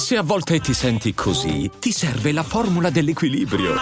Se a volte ti senti così, ti serve la formula dell'equilibrio.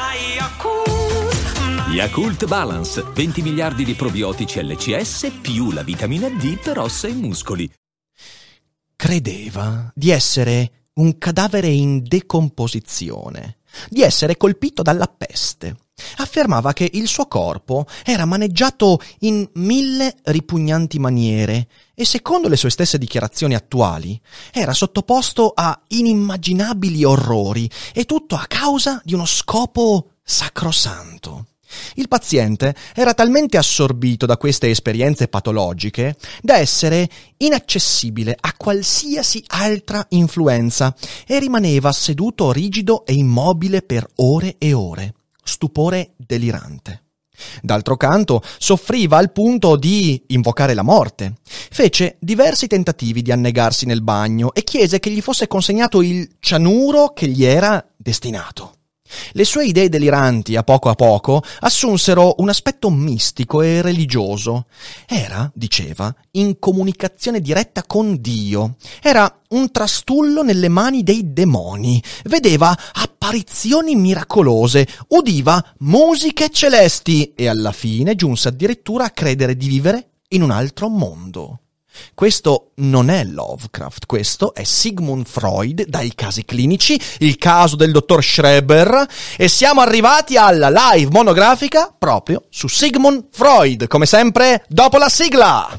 Yakult Balance, 20 miliardi di probiotici LCS più la vitamina D per ossa e muscoli. Credeva di essere un cadavere in decomposizione, di essere colpito dalla peste. Affermava che il suo corpo era maneggiato in 1000 ripugnanti maniere e, secondo le sue stesse dichiarazioni attuali, era sottoposto a inimmaginabili orrori, e tutto a causa di uno scopo sacrosanto. Il paziente era talmente assorbito da queste esperienze patologiche da essere inaccessibile a qualsiasi altra influenza e rimaneva seduto rigido e immobile per ore e ore. Stupore delirante. D'altro canto, soffriva al punto di invocare la morte. Fece diversi tentativi di annegarsi nel bagno e chiese che gli fosse consegnato il cianuro che gli era destinato. Le sue idee deliranti, a poco, assunsero un aspetto mistico e religioso. Era, diceva, in comunicazione diretta con Dio. Era un trastullo nelle mani dei demoni. Vedeva apparizioni miracolose, udiva musiche celesti e alla fine giunse addirittura a credere di vivere in un altro mondo. Questo non è Lovecraft, questo è Sigmund Freud dai casi clinici, il caso del dottor Schreber, e siamo arrivati alla live monografica proprio su Sigmund Freud, come sempre dopo la sigla!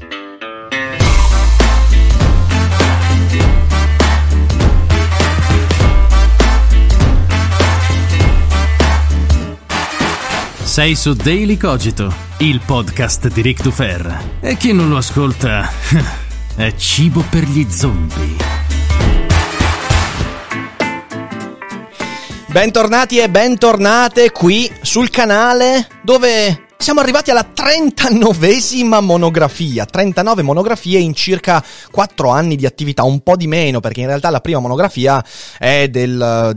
Sei su Daily Cogito, il podcast di Ric Dufer. E chi non lo ascolta è cibo per gli zombie. Bentornati e bentornate qui sul canale dove siamo arrivati alla 39esima monografia. 39 monografie in circa 4 anni di attività, un po' di meno, perché in realtà la prima monografia è del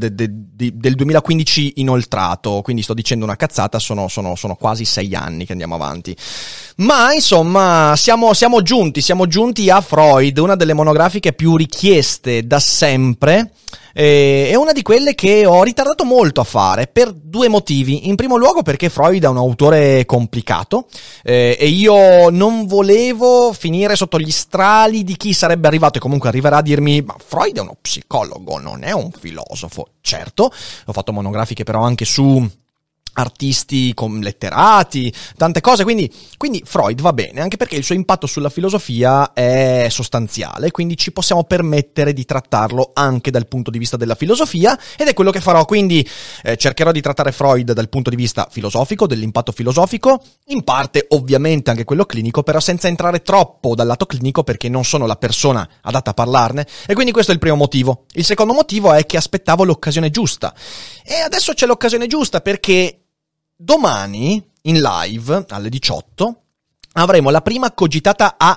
2015 inoltrato, quindi sto dicendo una cazzata, sono quasi 6 anni che andiamo avanti. Ma insomma siamo giunti a Freud, una delle monografiche più richieste da sempre. È una di quelle che ho ritardato molto a fare per 2 motivi. In primo luogo perché Freud è un autore complicato e io non volevo finire sotto gli strali di chi sarebbe arrivato e comunque arriverà a dirmi: ma Freud è uno psicologo, non è un filosofo. Certo, ho fatto monografiche però anche su artisti letterati, tante cose, quindi Freud va bene, anche perché il suo impatto sulla filosofia è sostanziale, quindi ci possiamo permettere di trattarlo anche dal punto di vista della filosofia, ed è quello che farò. Quindi cercherò di trattare Freud dal punto di vista filosofico, dell'impatto filosofico, in parte ovviamente anche quello clinico, però senza entrare troppo dal lato clinico perché non sono la persona adatta a parlarne, e quindi questo è il primo motivo. Il secondo motivo è che aspettavo l'occasione giusta, e adesso c'è l'occasione giusta perché domani, in live, alle 18, avremo la prima cogitata a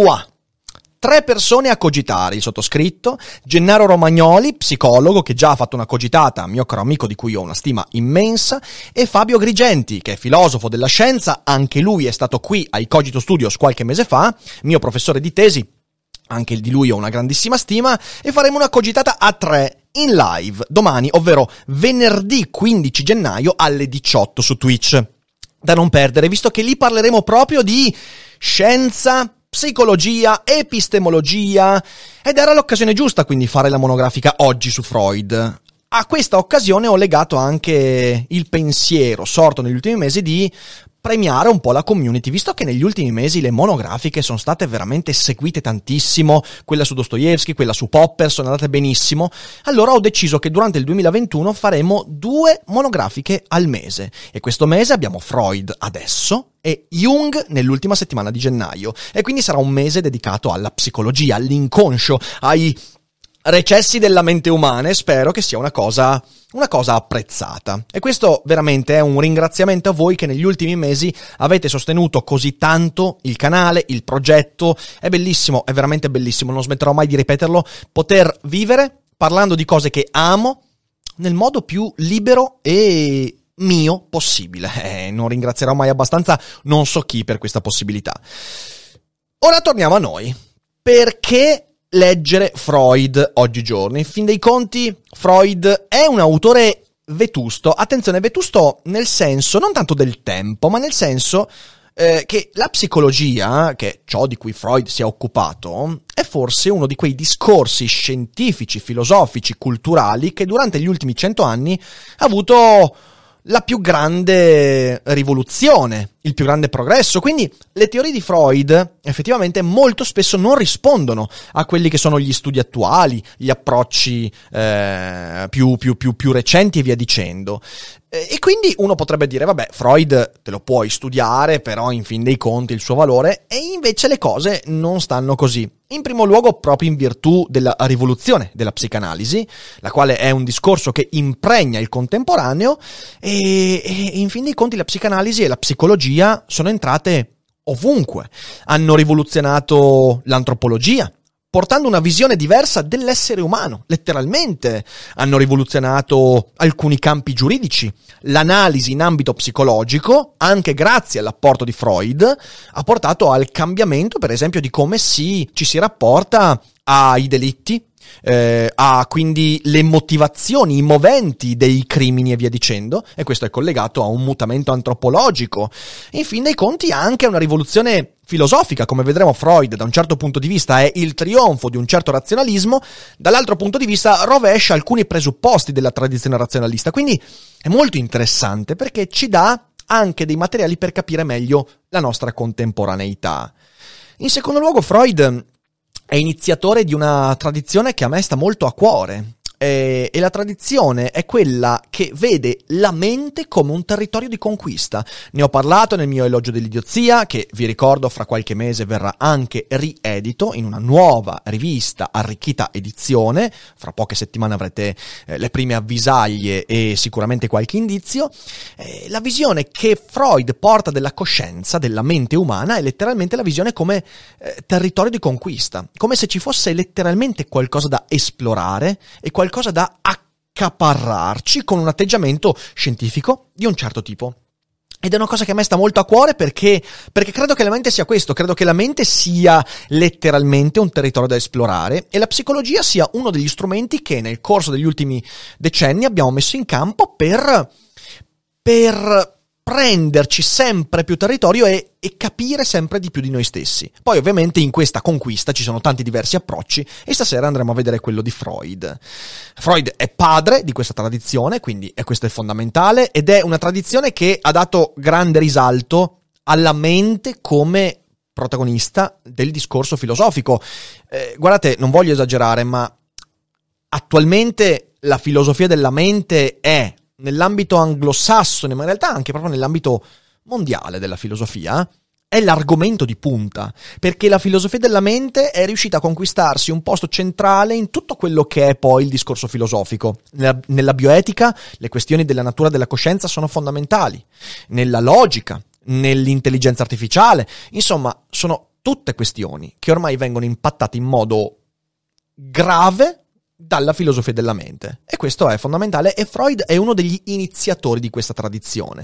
3 persone a cogitare: il sottoscritto, Gennaro Romagnoli, psicologo, che già ha fatto una cogitata, mio caro amico di cui ho una stima immensa, e Fabio Grigenti, che è filosofo della scienza, anche lui è stato qui ai Cogito Studios qualche mese fa, mio professore di tesi, anche di lui ho una grandissima stima, e faremo una cogitata a 3 in live domani, ovvero venerdì 15 gennaio alle 18 su Twitch. Da non perdere, visto che lì parleremo proprio di scienza, psicologia, epistemologia, ed era l'occasione giusta quindi fare la monografica oggi su Freud. A questa occasione ho legato anche il pensiero sorto negli ultimi mesi di premiare un po' la community, visto che negli ultimi mesi le monografiche sono state veramente seguite tantissimo, quella su Dostoevsky, quella su Popper, sono andate benissimo. Allora ho deciso che durante il 2021 faremo 2 monografiche al mese, e questo mese abbiamo Freud adesso e Jung nell'ultima settimana di gennaio, e quindi sarà un mese dedicato alla psicologia, all'inconscio, ai recessi della mente umana, e spero che sia una cosa apprezzata. E questo veramente è un ringraziamento a voi che negli ultimi mesi avete sostenuto così tanto il canale, il progetto. È bellissimo, è veramente bellissimo, non smetterò mai di ripeterlo, poter vivere parlando di cose che amo nel modo più libero e mio possibile. Non ringrazierò mai abbastanza non so chi per questa possibilità. Ora torniamo a noi. Perché leggere Freud oggigiorno. In fin dei conti, Freud è un autore vetusto. Attenzione, vetusto nel senso non tanto del tempo, ma nel senso che la psicologia, che è ciò di cui Freud si è occupato, è forse uno di quei discorsi scientifici, filosofici, culturali che durante gli ultimi 100 anni ha avuto la più grande rivoluzione, il più grande progresso. Quindi le teorie di Freud effettivamente molto spesso non rispondono a quelli che sono gli studi attuali, gli approcci più recenti e via dicendo. E quindi uno potrebbe dire, vabbè, Freud te lo puoi studiare, però in fin dei conti il suo valore, e invece le cose non stanno così. In primo luogo proprio in virtù della rivoluzione della psicanalisi, la quale è un discorso che impregna il contemporaneo, e in fin dei conti la psicanalisi e la psicologia sono entrate ovunque. Hanno rivoluzionato l'antropologia, portando una visione diversa dell'essere umano, letteralmente. Hanno rivoluzionato alcuni campi giuridici. L'analisi in ambito psicologico, anche grazie all'apporto di Freud, ha portato al cambiamento, per esempio, di come ci si rapporta ai delitti, a quindi le motivazioni, i moventi dei crimini e via dicendo, e questo è collegato a un mutamento antropologico. In fin dei conti anche una rivoluzione filosofica. Come vedremo, Freud da un certo punto di vista è il trionfo di un certo razionalismo, dall'altro punto di vista rovescia alcuni presupposti della tradizione razionalista. Quindi è molto interessante perché ci dà anche dei materiali per capire meglio la nostra contemporaneità. In secondo luogo, Freud è iniziatore di una tradizione che a me sta molto a cuore, e la tradizione è quella che vede la mente come un territorio di conquista. Ne ho parlato nel mio elogio dell'idiozia, che vi ricordo fra qualche mese verrà anche riedito in una nuova rivista, arricchita edizione. Fra poche settimane avrete le prime avvisaglie e sicuramente qualche indizio. La visione che Freud porta della coscienza, della mente umana, è letteralmente la visione come territorio di conquista, come se ci fosse letteralmente qualcosa da esplorare e qualcosa da accaparrarci con un atteggiamento scientifico di un certo tipo. Ed è una cosa che a me sta molto a cuore perché credo che la mente sia questo, credo che la mente sia letteralmente un territorio da esplorare e la psicologia sia uno degli strumenti che nel corso degli ultimi decenni abbiamo messo in campo per prenderci sempre più territorio e capire sempre di più di noi stessi. Poi ovviamente in questa conquista ci sono tanti diversi approcci e stasera andremo a vedere quello di Freud. Freud è padre di questa tradizione, quindi questo è fondamentale, ed è una tradizione che ha dato grande risalto alla mente come protagonista del discorso filosofico. Guardate, non voglio esagerare, ma attualmente la filosofia della mente è, nell'ambito anglosassone, ma in realtà anche proprio nell'ambito mondiale della filosofia, è l'argomento di punta, perché la filosofia della mente è riuscita a conquistarsi un posto centrale in tutto quello che è poi il discorso filosofico. Nella bioetica le questioni della natura della coscienza sono fondamentali, nella logica, nell'intelligenza artificiale, insomma sono tutte questioni che ormai vengono impattate in modo grave dalla filosofia della mente, e questo è fondamentale, e Freud è uno degli iniziatori di questa tradizione.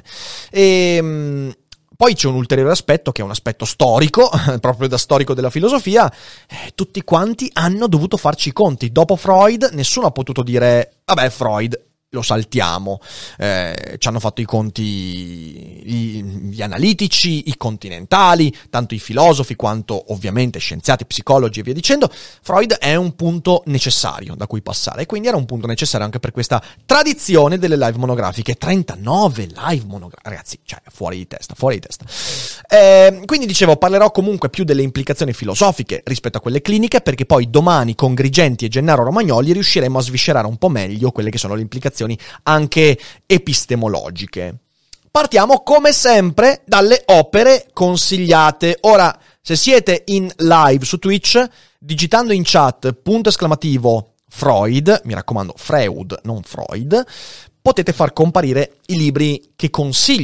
Poi c'è un ulteriore aspetto che è un aspetto storico, proprio da storico della filosofia. Tutti quanti hanno dovuto farci i conti. Dopo Freud nessuno ha potuto dire vabbè, Freud lo saltiamo. Ci hanno fatto i conti gli analitici, i continentali, tanto i filosofi quanto ovviamente scienziati, psicologi e via dicendo. Freud è un punto necessario da cui passare, e quindi era un punto necessario anche per questa tradizione delle live monografiche. 39 live monografiche, ragazzi, cioè fuori di testa. Quindi dicevo, parlerò comunque più delle implicazioni filosofiche rispetto a quelle cliniche, perché poi domani con Grigenti e Gennaro Romagnoli riusciremo a sviscerare un po' meglio quelle che sono le implicazioni anche epistemologiche. Partiamo come sempre dalle opere consigliate. Ora, se siete in live su Twitch, digitando in chat !Freud, mi raccomando Freud, non Freud, potete far comparire i libri che consiglio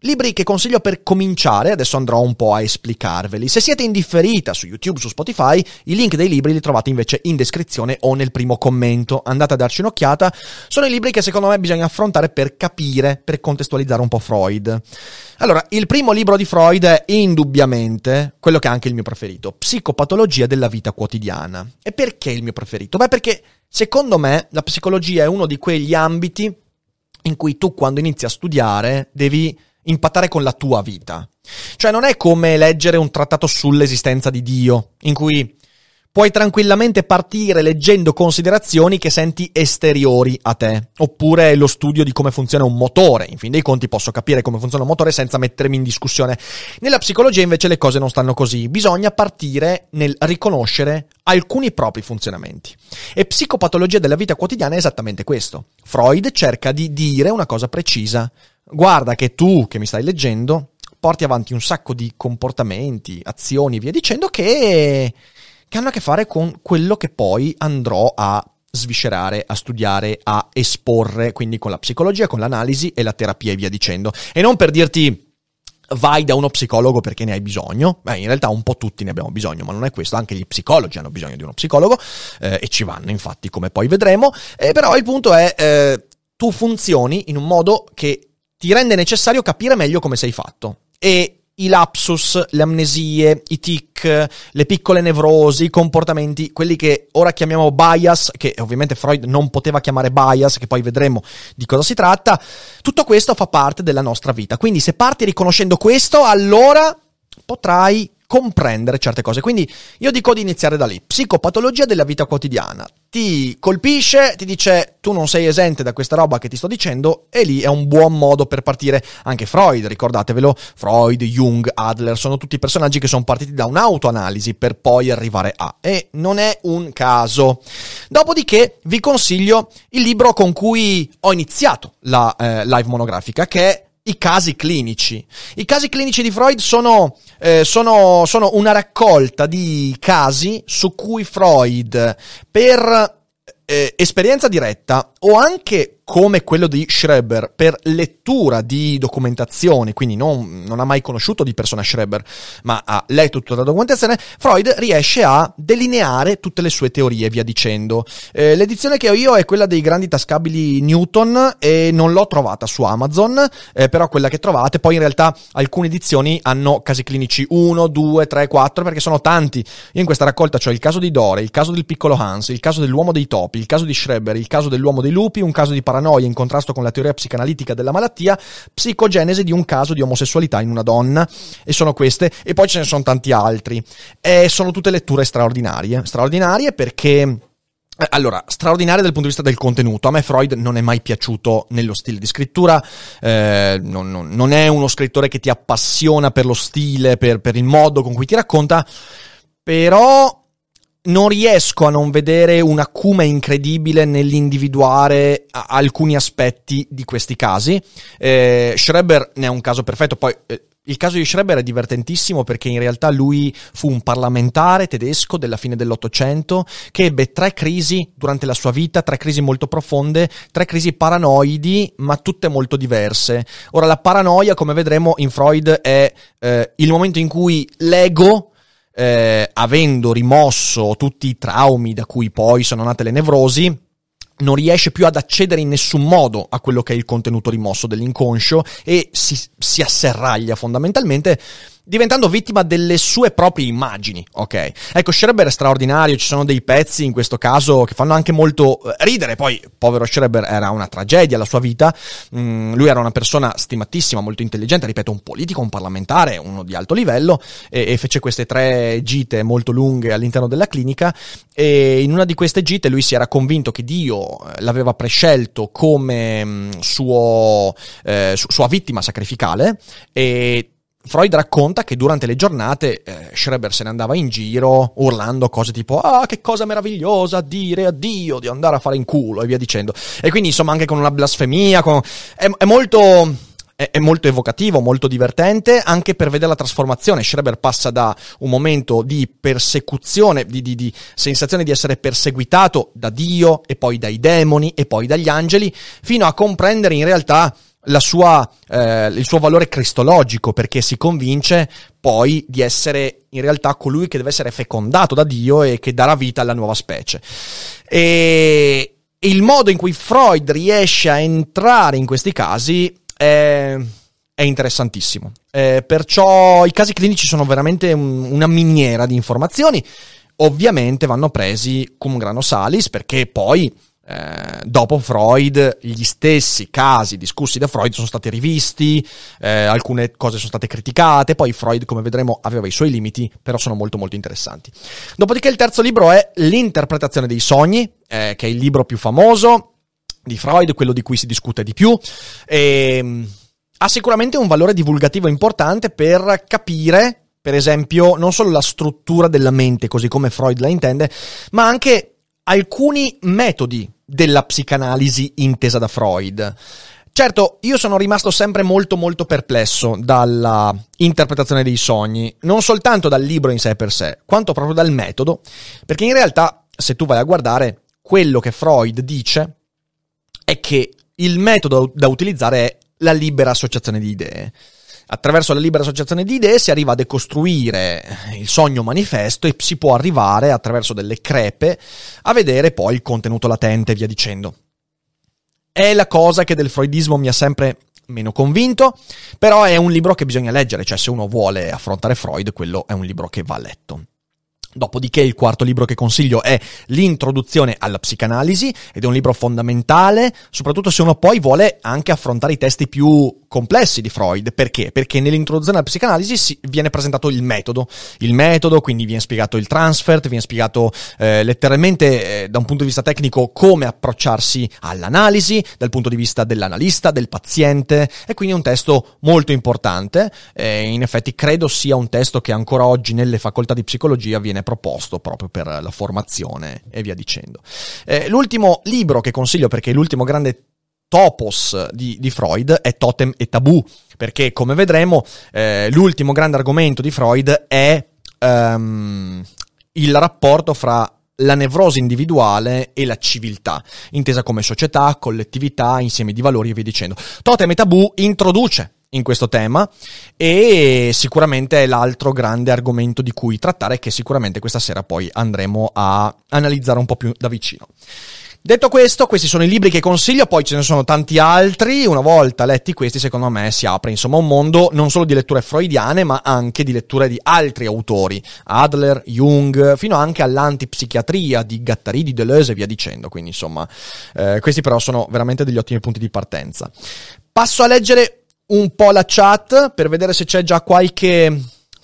Libri che consiglio per cominciare, adesso andrò un po' a esplicarveli. Se siete in differita su YouTube, su Spotify, i link dei libri li trovate invece in descrizione o nel primo commento. Andate a darci un'occhiata. Sono i libri che secondo me bisogna affrontare per capire, per contestualizzare un po' Freud. Allora, il primo libro di Freud è indubbiamente quello che è anche il mio preferito, Psicopatologia della vita quotidiana. E perché il mio preferito? Beh, perché secondo me la psicologia è uno di quegli ambiti in cui tu, quando inizi a studiare, devi impattare con la tua vita. Cioè non è come leggere un trattato sull'esistenza di Dio, in cui puoi tranquillamente partire leggendo considerazioni che senti esteriori a te, oppure lo studio di come funziona un motore. In fin dei conti posso capire come funziona un motore senza mettermi in discussione. Nella psicologia invece le cose non stanno così, bisogna partire nel riconoscere alcuni propri funzionamenti. E Psicopatologia della vita quotidiana è esattamente questo. Freud cerca di dire una cosa precisa: guarda che tu, che mi stai leggendo, porti avanti un sacco di comportamenti, azioni, via dicendo, che hanno a che fare con quello che poi andrò a sviscerare, a studiare, a esporre, quindi con la psicologia, con l'analisi e la terapia e via dicendo. E non per dirti vai da uno psicologo perché ne hai bisogno. Beh, in realtà un po' tutti ne abbiamo bisogno, ma non è questo, anche gli psicologi hanno bisogno di uno psicologo, e ci vanno infatti, come poi vedremo. Però il punto è, tu funzioni in un modo che ti rende necessario capire meglio come sei fatto. E i lapsus, le amnesie, i tic, le piccole nevrosi, i comportamenti, quelli che ora chiamiamo bias, che ovviamente Freud non poteva chiamare bias, che poi vedremo di cosa si tratta, tutto questo fa parte della nostra vita. Quindi se parti riconoscendo questo, allora potrai comprendere certe cose. Quindi io dico di iniziare da lì. Psicopatologia della vita quotidiana. Ti colpisce, ti dice tu non sei esente da questa roba che ti sto dicendo, e lì è un buon modo per partire. Anche Freud, ricordatevelo, Freud, Jung, Adler, sono tutti personaggi che sono partiti da un'autoanalisi per poi arrivare a. E non è un caso. Dopodiché vi consiglio il libro con cui ho iniziato la live monografica, che è I casi clinici. I casi clinici di Freud sono una raccolta di casi su cui Freud, per esperienza diretta o anche come quello di Schreber, per lettura di documentazione, quindi non ha mai conosciuto di persona Schreber, ma ha letto tutta la documentazione, Freud riesce a delineare tutte le sue teorie, via dicendo. L'edizione che ho io è quella dei grandi tascabili Newton e non l'ho trovata su Amazon, però quella che trovate, poi in realtà alcune edizioni hanno casi clinici 1, 2, 3, 4, perché sono tanti. Io in questa raccolta c'ho il caso di Dore, il caso del piccolo Hans, il caso dell'uomo dei topi, il caso di Schreber, il caso dell'uomo dei lupi, un caso di paranoia in contrasto con la teoria psicanalitica della malattia, psicogenesi di un caso di omosessualità in una donna, e sono queste, e poi ce ne sono tanti altri. Sono tutte letture straordinarie perché allora, straordinarie dal punto di vista del contenuto. A me Freud non è mai piaciuto nello stile di scrittura, non è uno scrittore che ti appassiona per lo stile, per il modo con cui ti racconta, però non riesco a non vedere un acume incredibile nell'individuare alcuni aspetti di questi casi. Schreber ne è un caso perfetto. Poi il caso di Schreber è divertentissimo perché in realtà lui fu un parlamentare tedesco della fine dell'Ottocento che ebbe 3 crisi durante la sua vita, 3 crisi molto profonde, 3 crisi paranoidi, ma tutte molto diverse. Ora, la paranoia, come vedremo in Freud, è il momento in cui l'ego, avendo rimosso tutti i traumi da cui poi sono nate le nevrosi, non riesce più ad accedere in nessun modo a quello che è il contenuto rimosso dell'inconscio e si asserraglia fondamentalmente, diventando vittima delle sue proprie immagini, ok? Ecco, Schreber è straordinario, ci sono dei pezzi in questo caso che fanno anche molto ridere. Poi, povero Schreber, era una tragedia la sua vita, lui era una persona stimatissima, molto intelligente, ripeto, un politico, un parlamentare, uno di alto livello, e fece queste 3 gite molto lunghe all'interno della clinica, e in una di queste gite lui si era convinto che Dio l'aveva prescelto come sua vittima sacrificale, e Freud racconta che durante le giornate Schreber se ne andava in giro urlando cose tipo che cosa meravigliosa dire a Dio di andare a fare in culo e via dicendo, e quindi insomma anche con una blasfemia, è molto evocativo, molto divertente anche per vedere la trasformazione. Schreber passa da un momento di persecuzione, di sensazione di essere perseguitato da Dio e poi dai demoni e poi dagli angeli, fino a comprendere in realtà il suo valore cristologico, perché si convince poi di essere in realtà colui che deve essere fecondato da Dio e che darà vita alla nuova specie. E il modo in cui Freud riesce a entrare in questi casi è interessantissimo. Perciò i casi clinici sono veramente una miniera di informazioni. Ovviamente vanno presi cum grano salis, perché poi dopo Freud gli stessi casi discussi da Freud sono stati rivisti, alcune cose sono state criticate, poi Freud, come vedremo, aveva i suoi limiti, però sono molto molto interessanti. Dopodiché il terzo libro è L'interpretazione dei sogni, che è il libro più famoso di Freud, quello di cui si discute di più, e ha sicuramente un valore divulgativo importante per capire, per esempio, non solo la struttura della mente così come Freud la intende, ma anche alcuni metodi della psicanalisi intesa da Freud. Certo, io sono rimasto sempre molto molto perplesso dalla interpretazione dei sogni, non soltanto dal libro in sé per sé, quanto proprio dal metodo, perché in realtà, se tu vai a guardare, quello che Freud dice è che il metodo da utilizzare è la libera associazione di idee. Attraverso la libera associazione di idee si arriva a decostruire il sogno manifesto e si può arrivare, attraverso delle crepe, a vedere poi il contenuto latente e via dicendo. È la cosa che del freudismo mi ha sempre meno convinto, però è un libro che bisogna leggere, cioè se uno vuole affrontare Freud, quello è un libro che va letto. Dopodiché il quarto libro che consiglio è L'introduzione alla psicanalisi, ed è un libro fondamentale, soprattutto se uno poi vuole anche affrontare i testi più complessi di Freud. Perché? Perché nell'introduzione alla psicanalisi viene presentato il metodo, quindi viene spiegato il transfert, viene spiegato letteralmente da un punto di vista tecnico come approcciarsi all'analisi, dal punto di vista dell'analista, del paziente, e quindi è un testo molto importante. In effetti credo sia un testo che ancora oggi nelle facoltà di psicologia viene proposto proprio per la formazione e via dicendo. L'ultimo libro che consiglio, perché è l'ultimo grande topos di Freud, è Totem e Tabù, perché come vedremo l'ultimo grande argomento di Freud è il rapporto fra la nevrosi individuale e la civiltà, intesa come società, collettività, insieme di valori e via dicendo. Totem e Tabù introduce in questo tema e sicuramente è l'altro grande argomento di cui trattare, che sicuramente questa sera poi andremo a analizzare un po' più da vicino. Detto questo, questi sono i libri che consiglio, poi ce ne sono tanti altri. Una volta letti questi, secondo me si apre insomma un mondo non solo di letture freudiane, ma anche di letture di altri autori, Adler, Jung, fino anche all'antipsichiatria di Guattari, di Deleuze e via dicendo. Quindi insomma questi però sono veramente degli ottimi punti di partenza. Passo a leggere un po' la chat per vedere se c'è già qualche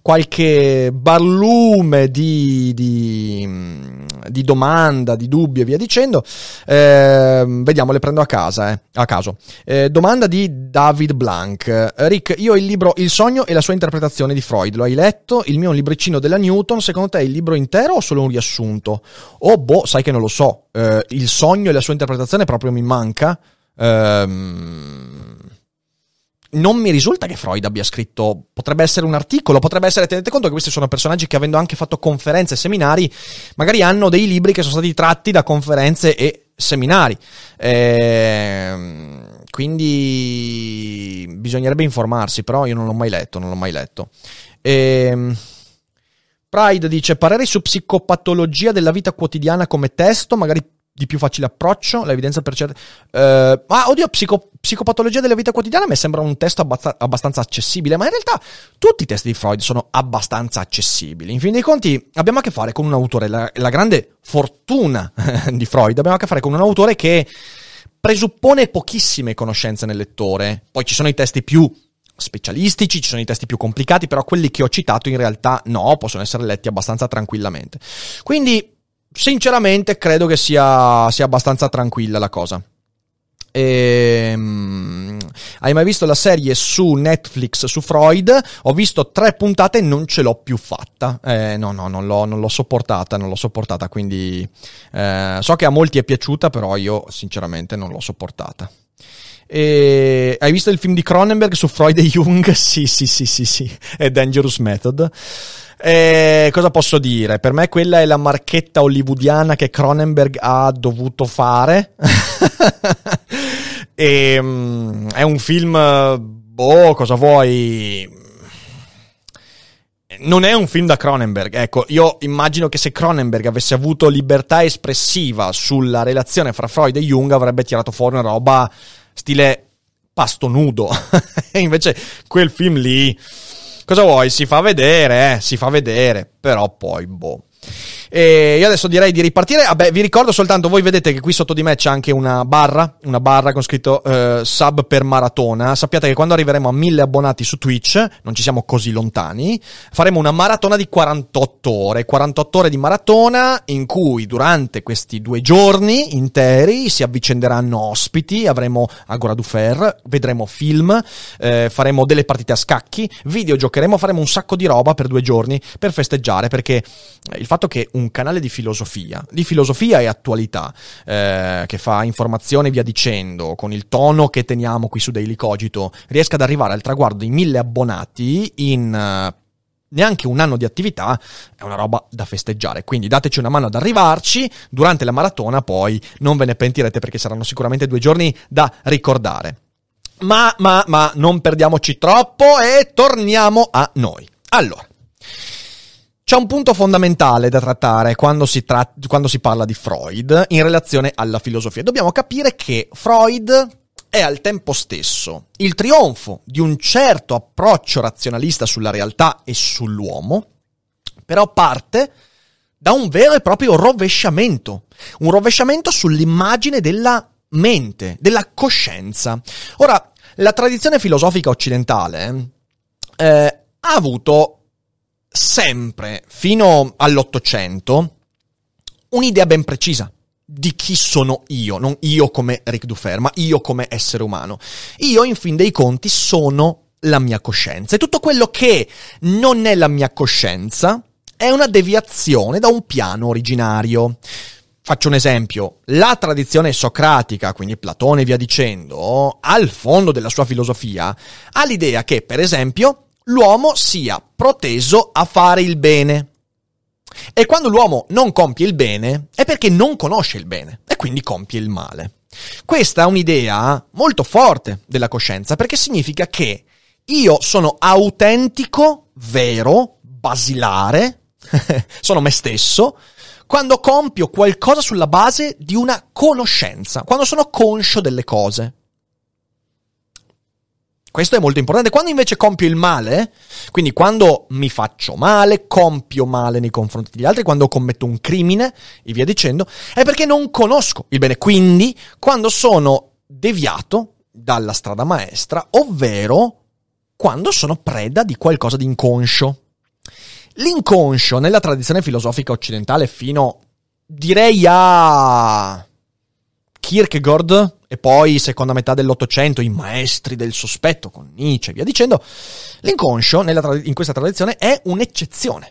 barlume di domanda, di dubbio e via dicendo. Vediamo, le prendo a caso. Domanda di David Blanc. Rick, io ho il libro Il sogno e la sua interpretazione di Freud, lo hai letto? Il mio è un libricino della Newton, secondo te è il libro intero o solo un riassunto? Sai che non lo so. Il sogno e la sua interpretazione proprio mi manca. Non mi risulta che Freud abbia scritto, potrebbe essere un articolo, potrebbe essere, tenete conto che questi sono personaggi che, avendo anche fatto conferenze e seminari, magari hanno dei libri che sono stati tratti da conferenze e seminari, quindi bisognerebbe informarsi, però io non l'ho mai letto. Pride dice: pareri su psicopatologia della vita quotidiana come testo, magari di più facile approccio, l'evidenza per certe... psicopatologia della vita quotidiana mi sembra un testo abbastanza accessibile, ma in realtà tutti i testi di Freud sono abbastanza accessibili. In fin dei conti abbiamo a che fare con un autore, la grande fortuna di Freud, abbiamo a che fare con un autore che presuppone pochissime conoscenze nel lettore. Poi ci sono i testi più specialistici, ci sono i testi più complicati, però quelli che ho citato in realtà possono essere letti abbastanza tranquillamente. Quindi sinceramente credo che sia abbastanza tranquilla la cosa. Hai mai visto la serie su Netflix su Freud? Ho visto 3 puntate e non ce l'ho più fatta. No, non l'ho sopportata, quindi so che a molti è piaciuta, però io sinceramente non l'ho sopportata. Hai visto il film di Cronenberg su Freud e Jung? Sì, è Dangerous Method. Cosa posso dire? Per me quella è la marchetta hollywoodiana che Cronenberg ha dovuto fare. E è un film, cosa vuoi? Non è un film da Cronenberg, ecco, io immagino che se Cronenberg avesse avuto libertà espressiva sulla relazione fra Freud e Jung avrebbe tirato fuori una roba stile pasto nudo. E invece quel film lì, cosa vuoi? Si fa vedere, però poi E io adesso direi di ripartire. Vi ricordo soltanto, voi vedete che qui sotto di me c'è anche una barra con scritto sub per maratona. Sappiate che quando arriveremo a 1000 abbonati su Twitch, non ci siamo così lontani, faremo una maratona di 48 ore di maratona, in cui durante questi 2 giorni interi si avvicenderanno ospiti, avremo Agora du Fer, vedremo film, faremo delle partite a scacchi, videogiocheremo, faremo un sacco di roba per 2 giorni per festeggiare, perché il fatto che un canale di filosofia e attualità, che fa informazione e via dicendo, con il tono che teniamo qui su Daily Cogito, riesca ad arrivare al traguardo di 1000 abbonati in neanche un anno di attività, è una roba da festeggiare. Quindi dateci una mano ad arrivarci durante la maratona, poi non ve ne pentirete, perché saranno sicuramente 2 giorni da ricordare. Ma non perdiamoci troppo e torniamo a noi. Allora, c'è un punto fondamentale da trattare quando si parla di Freud in relazione alla filosofia. Dobbiamo capire che Freud è al tempo stesso il trionfo di un certo approccio razionalista sulla realtà e sull'uomo, però parte da un vero e proprio rovesciamento sull'immagine della mente, della coscienza. Ora, la tradizione filosofica occidentale ha avuto sempre, fino all'Ottocento, un'idea ben precisa di chi sono io, non io come Ric Dufer, ma io come essere umano. Io, in fin dei conti, sono la mia coscienza, e tutto quello che non è la mia coscienza è una deviazione da un piano originario. Faccio un esempio: la tradizione socratica, quindi Platone e via dicendo, al fondo della sua filosofia, ha l'idea che, per esempio, l'uomo sia proteso a fare il bene. E quando l'uomo non compie il bene è perché non conosce il bene e quindi compie il male. Questa è un'idea molto forte della coscienza, perché significa che io sono autentico, vero, basilare, sono me stesso, quando compio qualcosa sulla base di una conoscenza, quando sono conscio delle cose. Questo è molto importante. Quando invece compio il male, quindi quando mi faccio male, compio male nei confronti degli altri, quando commetto un crimine e via dicendo, è perché non conosco il bene. Quindi quando sono deviato dalla strada maestra, ovvero quando sono preda di qualcosa di inconscio. L'inconscio nella tradizione filosofica occidentale, fino direi a Kierkegaard e poi seconda metà dell'Ottocento, i maestri del sospetto con Nietzsche e via dicendo, l'inconscio in questa tradizione è un'eccezione.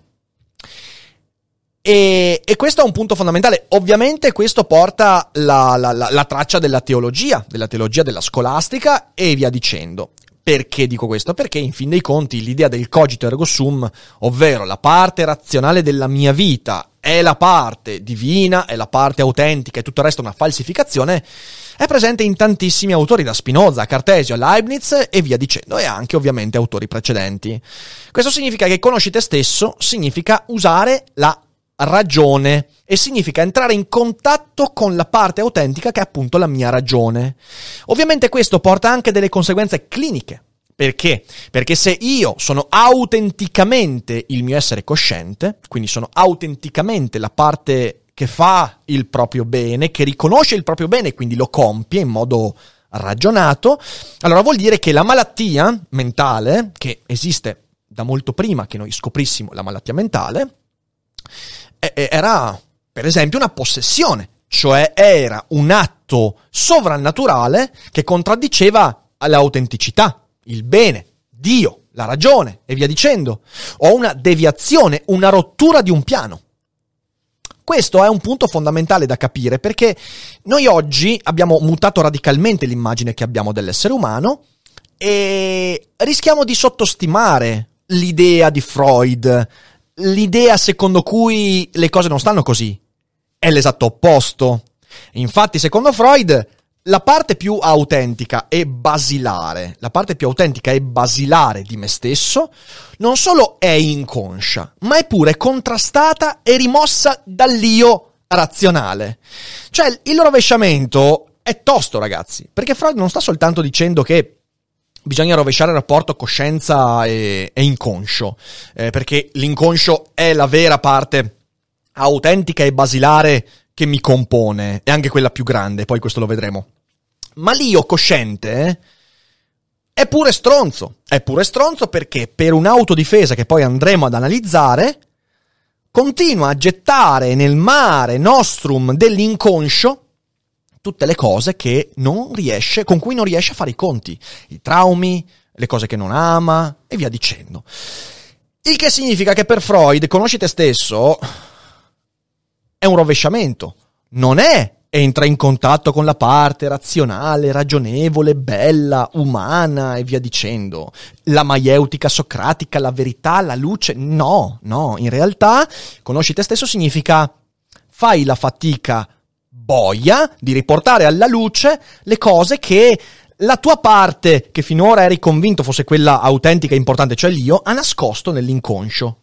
E questo è un punto fondamentale. Ovviamente questo porta la traccia della teologia della scolastica e via dicendo. Perché dico questo? Perché in fin dei conti l'idea del cogito ergo sum, ovvero la parte razionale della mia vita è la parte divina, è la parte autentica e tutto il resto è una falsificazione, è presente in tantissimi autori, da Spinoza a Cartesio a Leibniz e via dicendo, e anche ovviamente autori precedenti. Questo significa che conosci te stesso, significa usare la ragione e significa entrare in contatto con la parte autentica che è appunto la mia ragione. Ovviamente questo porta anche delle conseguenze cliniche. Perché? Perché se io sono autenticamente il mio essere cosciente, quindi sono autenticamente la parte che fa il proprio bene, che riconosce il proprio bene e quindi lo compie in modo ragionato, allora vuol dire che la malattia mentale, che esiste da molto prima che noi scoprissimo la malattia mentale, era per esempio una possessione, cioè era un atto sovrannaturale che contraddiceva l'autenticità, il bene, Dio, la ragione e via dicendo, o una deviazione, una rottura di un piano. Questo è un punto fondamentale da capire, perché noi oggi abbiamo mutato radicalmente l'immagine che abbiamo dell'essere umano e rischiamo di sottostimare l'idea di Freud, l'idea secondo cui le cose non stanno così. È l'esatto opposto. Infatti, secondo Freud, la parte più autentica e basilare di me stesso non solo è inconscia, ma è pure contrastata e rimossa dall'io razionale. Cioè, il rovesciamento è tosto, ragazzi, perché Freud non sta soltanto dicendo che bisogna rovesciare il rapporto coscienza e inconscio, perché l'inconscio è la vera parte autentica e basilare che mi compone, e anche quella più grande, poi questo lo vedremo. Ma l'io cosciente è pure stronzo perché per un'autodifesa che poi andremo ad analizzare, continua a gettare nel mare nostrum dell'inconscio tutte le cose con cui non riesce a fare i conti, i traumi, le cose che non ama e via dicendo. Il che significa che per Freud conosci te stesso è un rovesciamento, non è entra in contatto con la parte razionale, ragionevole, bella, umana e via dicendo, la maieutica socratica, la verità, la luce. No, in realtà conosci te stesso significa fai la fatica boia di riportare alla luce le cose che la tua parte, che finora eri convinto fosse quella autentica e importante, cioè l'io, ha nascosto nell'inconscio.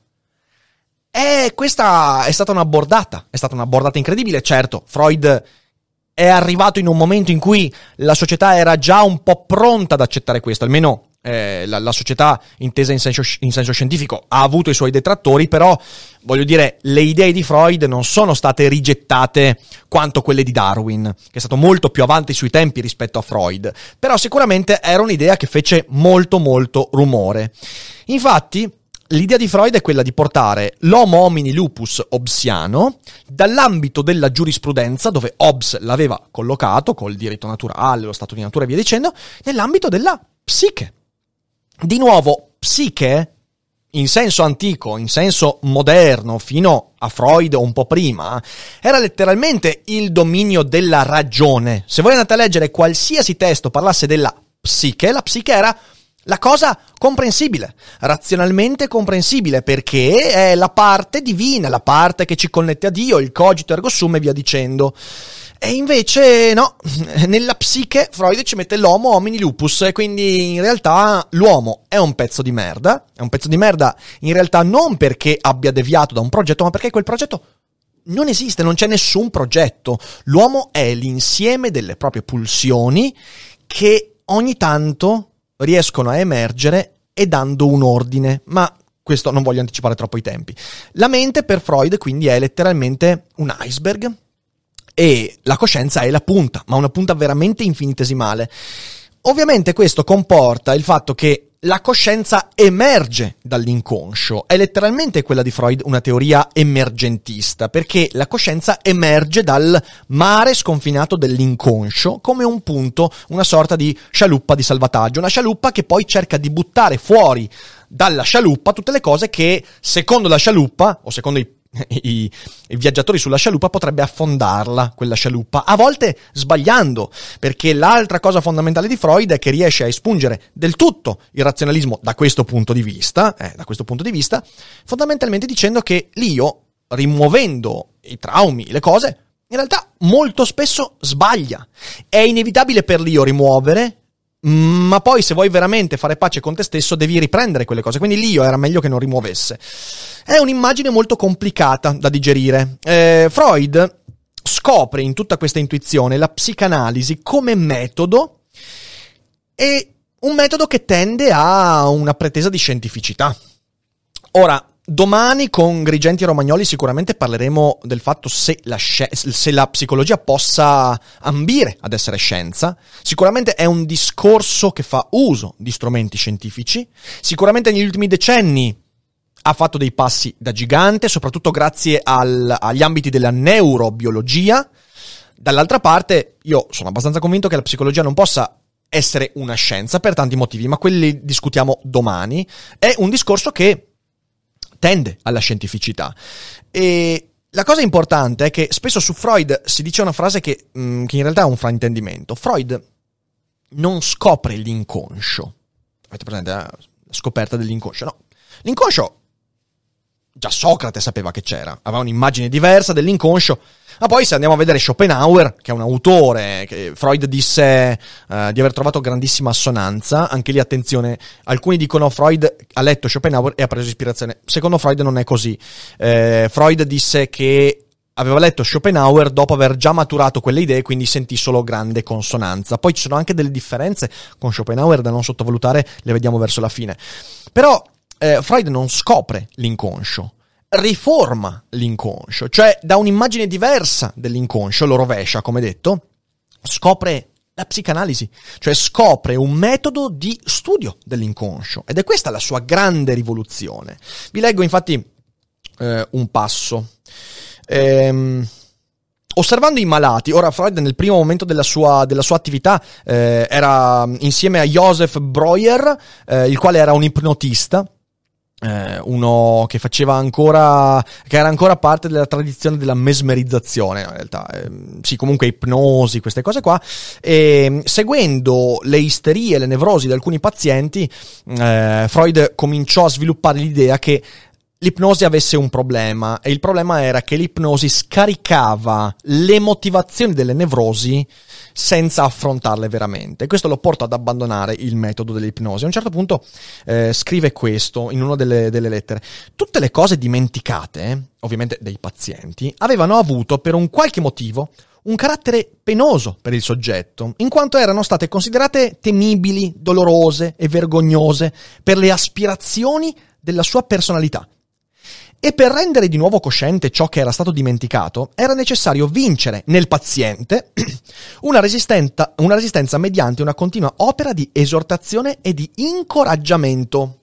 E questa è stata una bordata incredibile. Certo, Freud è arrivato in un momento in cui la società era già un po' pronta ad accettare questo, almeno la società intesa in senso scientifico ha avuto i suoi detrattori, però voglio dire, le idee di Freud non sono state rigettate quanto quelle di Darwin, che è stato molto più avanti sui tempi rispetto a Freud, però sicuramente era un'idea che fece molto molto rumore. Infatti l'idea di Freud è quella di portare l'Homo homini lupus hobbesiano dall'ambito della giurisprudenza, dove Hobbes l'aveva collocato, col diritto naturale, lo stato di natura e via dicendo, nell'ambito della psiche. Di nuovo, psiche, in senso antico, in senso moderno, fino a Freud o un po' prima, era letteralmente il dominio della ragione. Se voi andate a leggere qualsiasi testo parlasse della psiche, la psiche era la cosa comprensibile, razionalmente comprensibile, perché è la parte divina, la parte che ci connette a Dio, il cogito ergo sum e via dicendo. E invece no, nella psiche Freud ci mette l'homo homini lupus, e quindi in realtà l'uomo è un pezzo di merda in realtà non perché abbia deviato da un progetto, ma perché quel progetto non esiste, non c'è nessun progetto. L'uomo è l'insieme delle proprie pulsioni che ogni tanto riescono a emergere e dando un ordine, ma questo non voglio anticipare troppo i tempi. La mente per Freud quindi è letteralmente un iceberg e la coscienza è la punta, ma una punta veramente infinitesimale. Ovviamente questo comporta il fatto che la coscienza emerge dall'inconscio. È letteralmente quella di Freud una teoria emergentista, perché la coscienza emerge dal mare sconfinato dell'inconscio come un punto, una sorta di scialuppa di salvataggio, una scialuppa che poi cerca di buttare fuori dalla scialuppa tutte le cose che, secondo la scialuppa, o secondo i viaggiatori sulla scialuppa, potrebbe affondarla, quella scialuppa, a volte sbagliando, perché l'altra cosa fondamentale di Freud è che riesce a espungere del tutto il razionalismo da questo punto di vista, fondamentalmente dicendo che l'io, rimuovendo i traumi, le cose, in realtà molto spesso sbaglia. È inevitabile per l'io rimuovere, ma poi se vuoi veramente fare pace con te stesso devi riprendere quelle cose, quindi l'io era meglio che non rimuovesse. È un'immagine molto complicata da digerire. Freud scopre in tutta questa intuizione la psicanalisi come metodo, e un metodo che tende a una pretesa di scientificità. Ora, domani con Grigenti e Romagnoli sicuramente parleremo del fatto se la psicologia possa ambire ad essere scienza. Sicuramente è un discorso che fa uso di strumenti scientifici. Sicuramente negli ultimi decenni ha fatto dei passi da gigante, soprattutto grazie agli ambiti della neurobiologia. Dall'altra parte, io sono abbastanza convinto che la psicologia non possa essere una scienza per tanti motivi, ma quelli discutiamo domani. È un discorso che tende alla scientificità. E la cosa importante è che spesso su Freud si dice una frase che in realtà è un fraintendimento. Freud non scopre l'inconscio. Avete presente la scoperta dell'inconscio? No. L'inconscio già Socrate sapeva che c'era, aveva un'immagine diversa dell'inconscio. Ma poi se andiamo a vedere Schopenhauer, che è un autore che Freud disse di aver trovato grandissima assonanza, anche lì attenzione, alcuni dicono Freud ha letto Schopenhauer e ha preso ispirazione, secondo Freud non è così. Freud disse che aveva letto Schopenhauer dopo aver già maturato quelle idee, quindi sentì solo grande consonanza. Poi ci sono anche delle differenze con Schopenhauer da non sottovalutare, le vediamo verso la fine. Però Freud non scopre l'inconscio, riforma l'inconscio, cioè da un'immagine diversa dell'inconscio, lo rovescia, come detto, scopre la psicanalisi, cioè scopre un metodo di studio dell'inconscio, ed è questa la sua grande rivoluzione. Vi leggo infatti un passo. Osservando i malati, ora Freud nel primo momento della sua attività era insieme a Joseph Breuer, il quale era un ipnotista, uno che era ancora parte della tradizione della mesmerizzazione, in realtà, sì, comunque ipnosi, queste cose qua, e seguendo le isterie e le nevrosi di alcuni pazienti, Freud cominciò a sviluppare l'idea che l'ipnosi avesse un problema, e il problema era che l'ipnosi scaricava le motivazioni delle nevrosi senza affrontarle veramente. Questo lo porta ad abbandonare il metodo dell'ipnosi. A un certo punto scrive questo in una delle lettere: tutte le cose dimenticate, ovviamente dei pazienti, avevano avuto per un qualche motivo un carattere penoso per il soggetto, in quanto erano state considerate temibili, dolorose e vergognose per le aspirazioni della sua personalità. E per rendere di nuovo cosciente ciò che era stato dimenticato, era necessario vincere nel paziente una resistenza mediante una continua opera di esortazione e di incoraggiamento.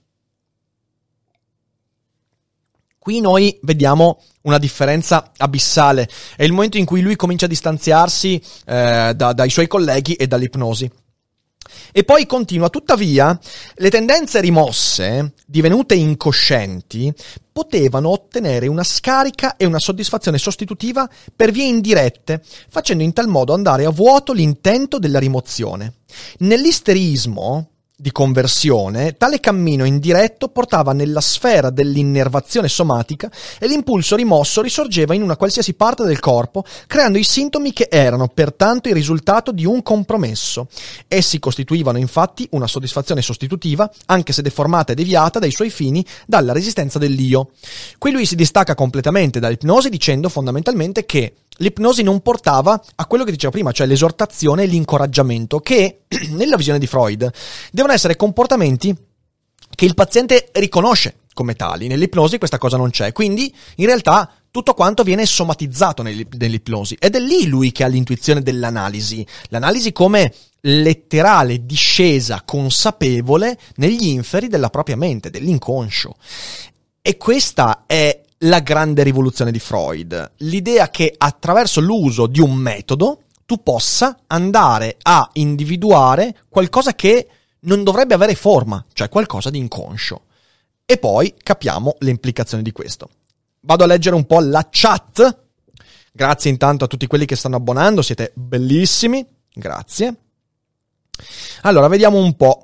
Qui noi vediamo una differenza abissale. È il momento in cui lui comincia a distanziarsi dai suoi colleghi e dall'ipnosi. E poi continua: tuttavia, le tendenze rimosse, divenute incoscienti, potevano ottenere una scarica e una soddisfazione sostitutiva per vie indirette, facendo in tal modo andare a vuoto l'intento della rimozione. Nell'isterismo di conversione, tale cammino indiretto portava nella sfera dell'innervazione somatica e l'impulso rimosso risorgeva in una qualsiasi parte del corpo, creando i sintomi che erano pertanto il risultato di un compromesso. Essi costituivano infatti una soddisfazione sostitutiva, anche se deformata e deviata dai suoi fini dalla resistenza dell'io. Qui lui si distacca completamente dall'ipnosi dicendo fondamentalmente che l'ipnosi non portava a quello che diceva prima, cioè l'esortazione e l'incoraggiamento, che nella visione di Freud devono essere comportamenti che il paziente riconosce come tali. Nell'ipnosi questa cosa non c'è, quindi in realtà tutto quanto viene somatizzato nell'ipnosi, ed è lì lui che ha l'intuizione dell'analisi, l'analisi come letterale discesa consapevole negli inferi della propria mente, dell'inconscio. E questa è la grande rivoluzione di Freud, l'idea che attraverso l'uso di un metodo tu possa andare a individuare qualcosa che non dovrebbe avere forma, cioè qualcosa di inconscio. E poi capiamo le implicazioni di questo. Vado a leggere un po' la chat. Grazie intanto a tutti quelli che stanno abbonando, siete bellissimi, grazie. Allora, vediamo un po'.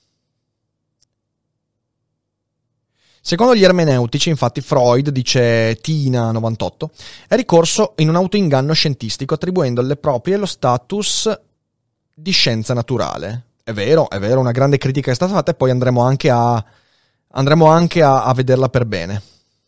Secondo gli ermeneutici, infatti, Freud, dice Tina98, è ricorso in un autoinganno scientistico attribuendo alle proprie lo status di scienza naturale. È vero, una grande critica è stata fatta e poi andremo anche a vederla per bene.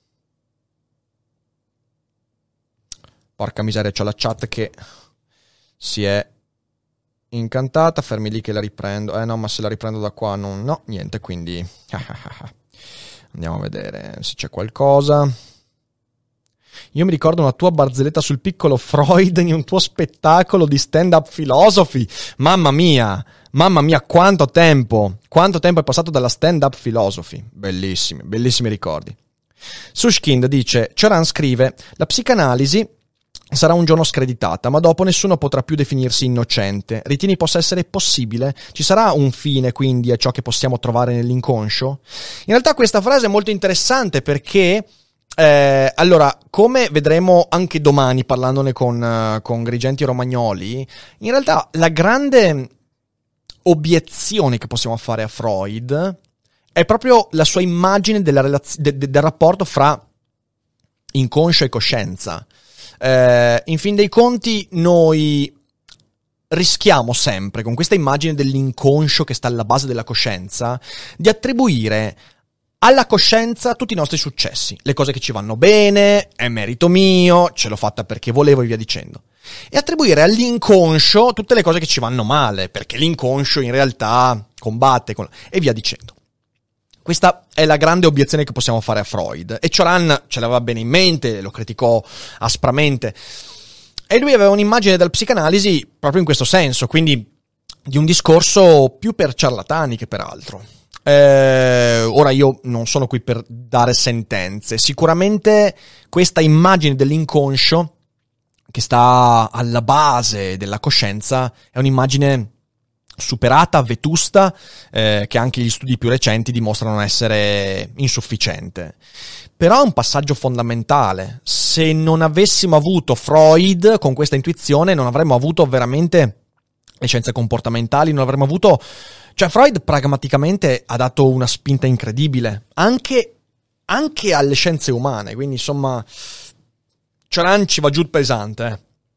Porca miseria, c'ho la chat che si è incantata, fermi lì che la riprendo. No, ma se la riprendo da qua no, niente, quindi... Andiamo a vedere se c'è qualcosa. Io mi ricordo una tua barzelletta sul piccolo Freud in un tuo spettacolo di stand-up philosophy. Mamma mia, quanto tempo è passato dalla stand-up philosophy. Bellissimi ricordi. Sushkind dice, Cioran scrive, la psicanalisi sarà un giorno screditata, ma dopo nessuno potrà più definirsi innocente. Ritieni possa essere possibile? Ci sarà un fine, quindi, a ciò che possiamo trovare nell'inconscio? In realtà questa frase è molto interessante perché, allora, come vedremo anche domani parlandone con Grigenti e Romagnoli, in realtà la grande obiezione che possiamo fare a Freud è proprio la sua immagine del rapporto fra inconscio e coscienza. In fin dei conti noi rischiamo sempre, con questa immagine dell'inconscio che sta alla base della coscienza, di attribuire alla coscienza tutti i nostri successi, le cose che ci vanno bene, è merito mio, ce l'ho fatta perché volevo e via dicendo. E attribuire all'inconscio tutte le cose che ci vanno male, perché l'inconscio in realtà combatte e via dicendo. Questa è la grande obiezione che possiamo fare a Freud, e Cioran ce l'aveva bene in mente, lo criticò aspramente. E lui aveva un'immagine della psicanalisi proprio in questo senso, quindi di un discorso più per ciarlatani che per altro. Ora io non sono qui per dare sentenze. Sicuramente questa immagine dell'inconscio che sta alla base della coscienza è un'immagine superata, vetusta, che anche gli studi più recenti dimostrano essere insufficiente. Però è un passaggio fondamentale. Se non avessimo avuto Freud con questa intuizione, non avremmo avuto veramente le scienze comportamentali, non avremmo avuto... Cioè Freud pragmaticamente ha dato una spinta incredibile, anche alle scienze umane, quindi insomma Cioran ci va giù pesante.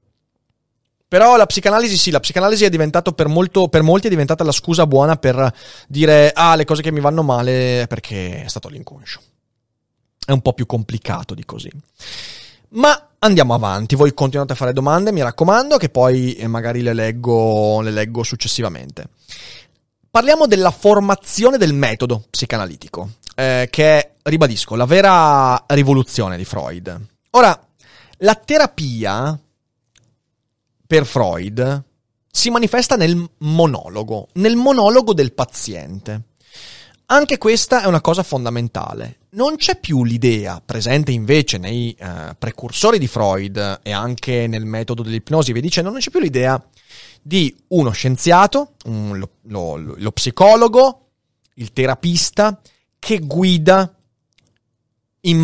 Però la psicanalisi è diventato per molti è diventata la scusa buona per dire le cose che mi vanno male è perché è stato l'inconscio. È un po' più complicato di così. Ma andiamo avanti, voi continuate a fare domande, mi raccomando, che poi magari le leggo successivamente. Parliamo della formazione del metodo psicanalitico, che è, ribadisco, la vera rivoluzione di Freud. Ora, la terapia per Freud si manifesta nel monologo del paziente. Anche questa è una cosa fondamentale. Non c'è più l'idea, presente invece nei precursori di Freud e anche nel metodo dell'ipnosi, vi dicendo, non c'è più l'idea di uno scienziato, lo psicologo, il terapista, che guida in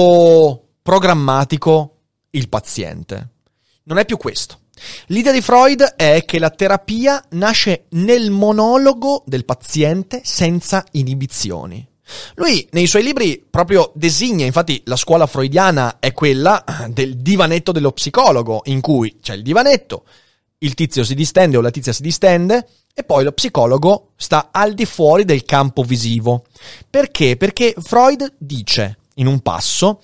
modo programmatico il paziente. Non è più questo. L'idea di Freud è che la terapia nasce nel monologo del paziente senza inibizioni. Lui nei suoi libri proprio designa, infatti la scuola freudiana è quella del divanetto dello psicologo, in cui c'è il divanetto, il tizio si distende o la tizia si distende e poi lo psicologo sta al di fuori del campo visivo. Perché? Perché Freud dice in un passo: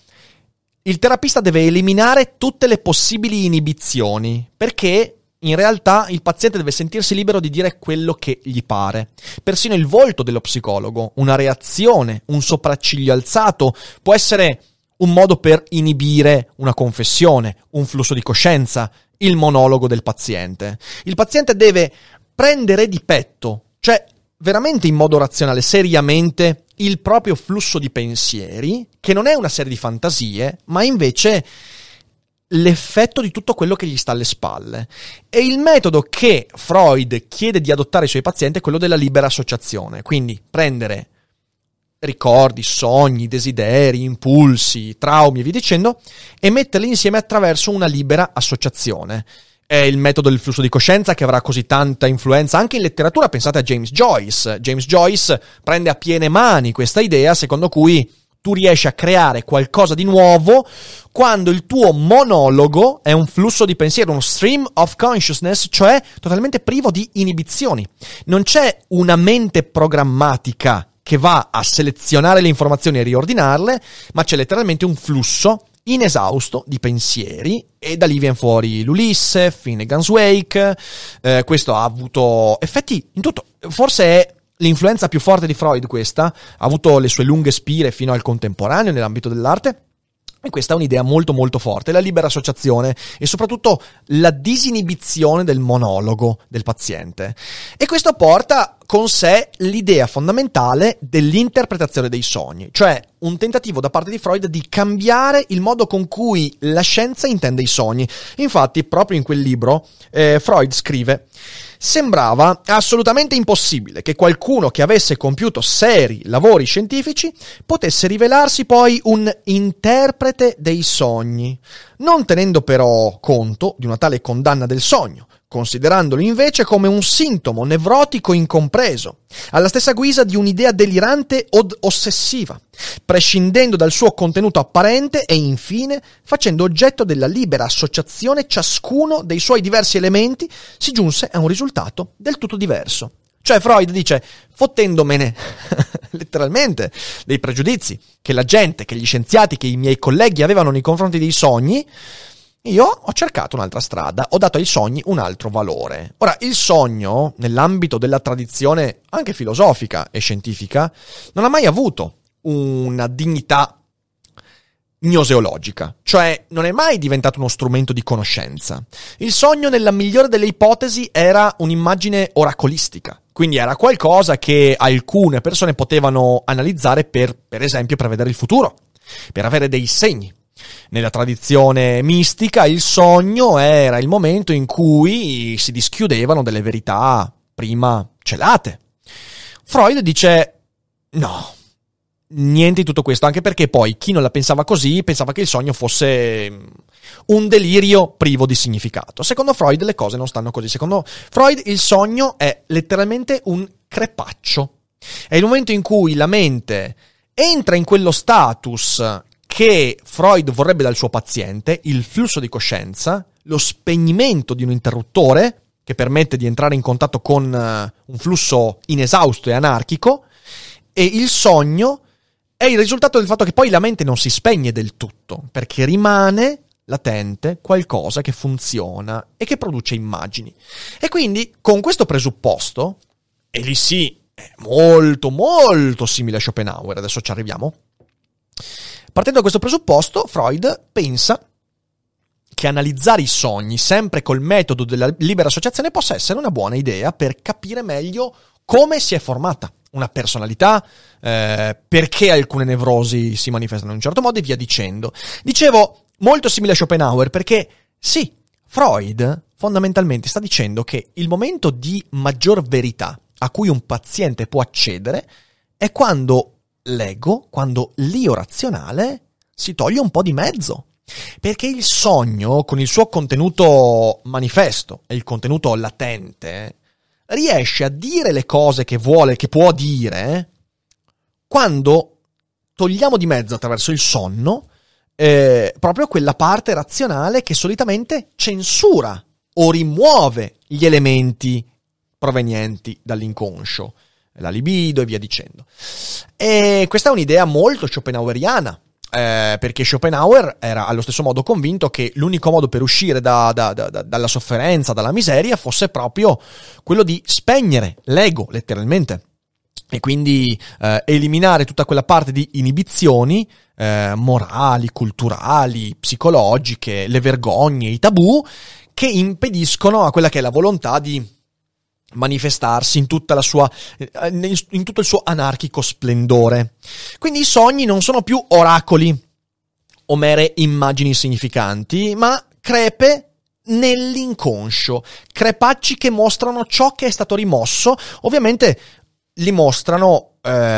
il terapista deve eliminare tutte le possibili inibizioni, perché in realtà il paziente deve sentirsi libero di dire quello che gli pare. Persino il volto dello psicologo, una reazione, un sopracciglio alzato, può essere un modo per inibire una confessione, un flusso di coscienza, il monologo del paziente. Il paziente deve prendere di petto, cioè veramente in modo razionale, seriamente, il proprio flusso di pensieri, che non è una serie di fantasie, ma invece l'effetto di tutto quello che gli sta alle spalle. E il metodo che Freud chiede di adottare ai suoi pazienti è quello della libera associazione, quindi prendere ricordi, sogni, desideri, impulsi, traumi e via dicendo, e metterli insieme attraverso una libera associazione. È il metodo del flusso di coscienza che avrà così tanta influenza anche in letteratura. Pensate a James Joyce. James Joyce prende a piene mani questa idea secondo cui tu riesci a creare qualcosa di nuovo quando il tuo monologo è un flusso di pensiero, uno stream of consciousness, cioè totalmente privo di inibizioni. Non c'è una mente programmatica che va a selezionare le informazioni e riordinarle, ma c'è letteralmente un flusso inesausto di pensieri, e da lì viene fuori l'Ulisse, Finnegan's Wake. Questo ha avuto effetti in tutto. Forse è l'influenza più forte di Freud questa, ha avuto le sue lunghe spire fino al contemporaneo nell'ambito dell'arte. E questa è un'idea molto molto forte, la libera associazione e soprattutto la disinibizione del monologo del paziente. E questo porta con sé l'idea fondamentale dell'interpretazione dei sogni, cioè un tentativo da parte di Freud di cambiare il modo con cui la scienza intende i sogni. Infatti, proprio in quel libro, Freud scrive: sembrava assolutamente impossibile che qualcuno che avesse compiuto seri lavori scientifici potesse rivelarsi poi un interprete dei sogni, non tenendo però conto di una tale condanna del sogno, considerandolo invece come un sintomo nevrotico incompreso, alla stessa guisa di un'idea delirante od ossessiva, prescindendo dal suo contenuto apparente e infine facendo oggetto della libera associazione ciascuno dei suoi diversi elementi, si giunse a un risultato del tutto diverso. Cioè Freud dice, fottendomene letteralmente dei pregiudizi che la gente, che gli scienziati, che i miei colleghi avevano nei confronti dei sogni, io ho cercato un'altra strada, ho dato ai sogni un altro valore. Ora, il sogno, nell'ambito della tradizione anche filosofica e scientifica, non ha mai avuto una dignità gnoseologica, cioè non è mai diventato uno strumento di conoscenza. Il sogno, nella migliore delle ipotesi, era un'immagine oracolistica, quindi era qualcosa che alcune persone potevano analizzare per esempio, prevedere il futuro, per avere dei segni. Nella tradizione mistica il sogno era il momento in cui si dischiudevano delle verità prima celate. Freud dice no, niente di tutto questo, anche perché poi chi non la pensava così pensava che il sogno fosse un delirio privo di significato. Secondo Freud le cose non stanno così. Secondo Freud il sogno è letteralmente un crepaccio. È il momento in cui la mente entra in quello status che Freud vorrebbe dal suo paziente, il flusso di coscienza, lo spegnimento di un interruttore che permette di entrare in contatto con un flusso inesausto e anarchico, e il sogno è il risultato del fatto che poi la mente non si spegne del tutto, perché rimane latente qualcosa che funziona e che produce immagini. E quindi, con questo presupposto, e lì sì, è molto molto simile a Schopenhauer, adesso ci arriviamo, partendo da questo presupposto, Freud pensa che analizzare i sogni sempre col metodo della libera associazione possa essere una buona idea per capire meglio come si è formata una personalità, perché alcune nevrosi si manifestano in un certo modo e via dicendo. Dicevo, molto simile a Schopenhauer, perché sì, Freud fondamentalmente sta dicendo che il momento di maggior verità a cui un paziente può accedere è quando l'ego, quando l'io razionale si toglie un po' di mezzo. Perché il sogno, con il suo contenuto manifesto e il contenuto latente, riesce a dire le cose che vuole, che può dire, quando togliamo di mezzo attraverso il sonno proprio quella parte razionale che solitamente censura o rimuove gli elementi provenienti dall'inconscio, la libido e via dicendo. E questa è un'idea molto schopenhaueriana, perché Schopenhauer era allo stesso modo convinto che l'unico modo per uscire dalla sofferenza, dalla miseria, fosse proprio quello di spegnere l'ego, letteralmente, e quindi eliminare tutta quella parte di inibizioni morali, culturali, psicologiche, le vergogne, i tabù, che impediscono a quella che è la volontà di manifestarsi in tutta la sua, in tutto il suo anarchico splendore. Quindi i sogni non sono più oracoli o mere immagini insignificanti, ma crepe nell'inconscio, crepacci che mostrano ciò che è stato rimosso. Ovviamente li mostrano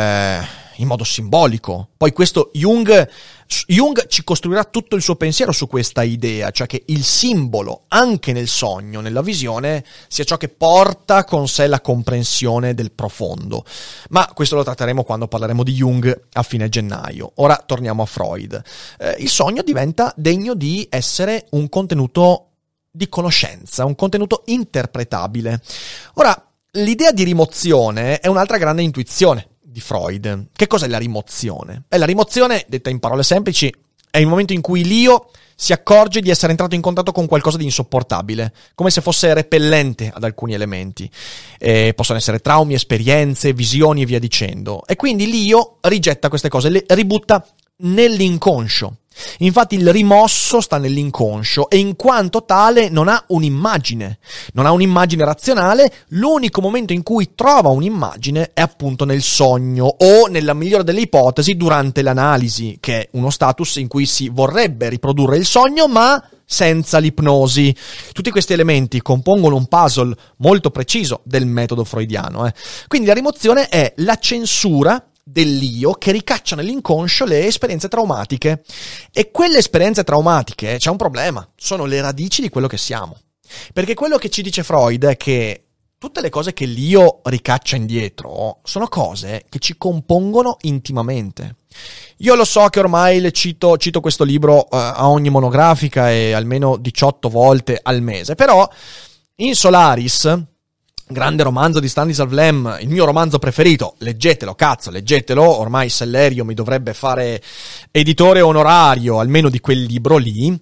in modo simbolico. Poi questo Jung ci costruirà tutto il suo pensiero su questa idea, cioè che il simbolo, anche nel sogno, nella visione, sia ciò che porta con sé la comprensione del profondo. Ma questo lo tratteremo quando parleremo di Jung a fine gennaio. Ora torniamo a Freud. Il sogno diventa degno di essere un contenuto di conoscenza, un contenuto interpretabile. Ora, l'idea di rimozione è un'altra grande intuizione di Freud. Che cos'è la rimozione? La rimozione, detta in parole semplici, è il momento in cui l'io si accorge di essere entrato in contatto con qualcosa di insopportabile, come se fosse repellente ad alcuni elementi. Possono essere traumi, esperienze, visioni e via dicendo. E quindi l'io rigetta queste cose, le ributta nell'inconscio. Infatti il rimosso sta nell'inconscio e in quanto tale non ha un'immagine razionale. L'unico momento in cui trova un'immagine è appunto nel sogno o, nella migliore delle ipotesi, durante l'analisi, che è uno status in cui si vorrebbe riprodurre il sogno ma senza l'ipnosi. Tutti questi elementi compongono un puzzle molto preciso del metodo freudiano. Quindi la rimozione è la censura dell'io che ricaccia nell'inconscio le esperienze traumatiche. E quelle esperienze traumatiche, c'è un problema, sono le radici di quello che siamo. Perché quello che ci dice Freud è che tutte le cose che l'io ricaccia indietro sono cose che ci compongono intimamente. Io lo so che ormai cito questo libro a ogni monografica e almeno 18 volte al mese, però in Solaris, grande romanzo di Stanislav Lem, il mio romanzo preferito, leggetelo, ormai Sellerio mi dovrebbe fare editore onorario almeno di quel libro lì.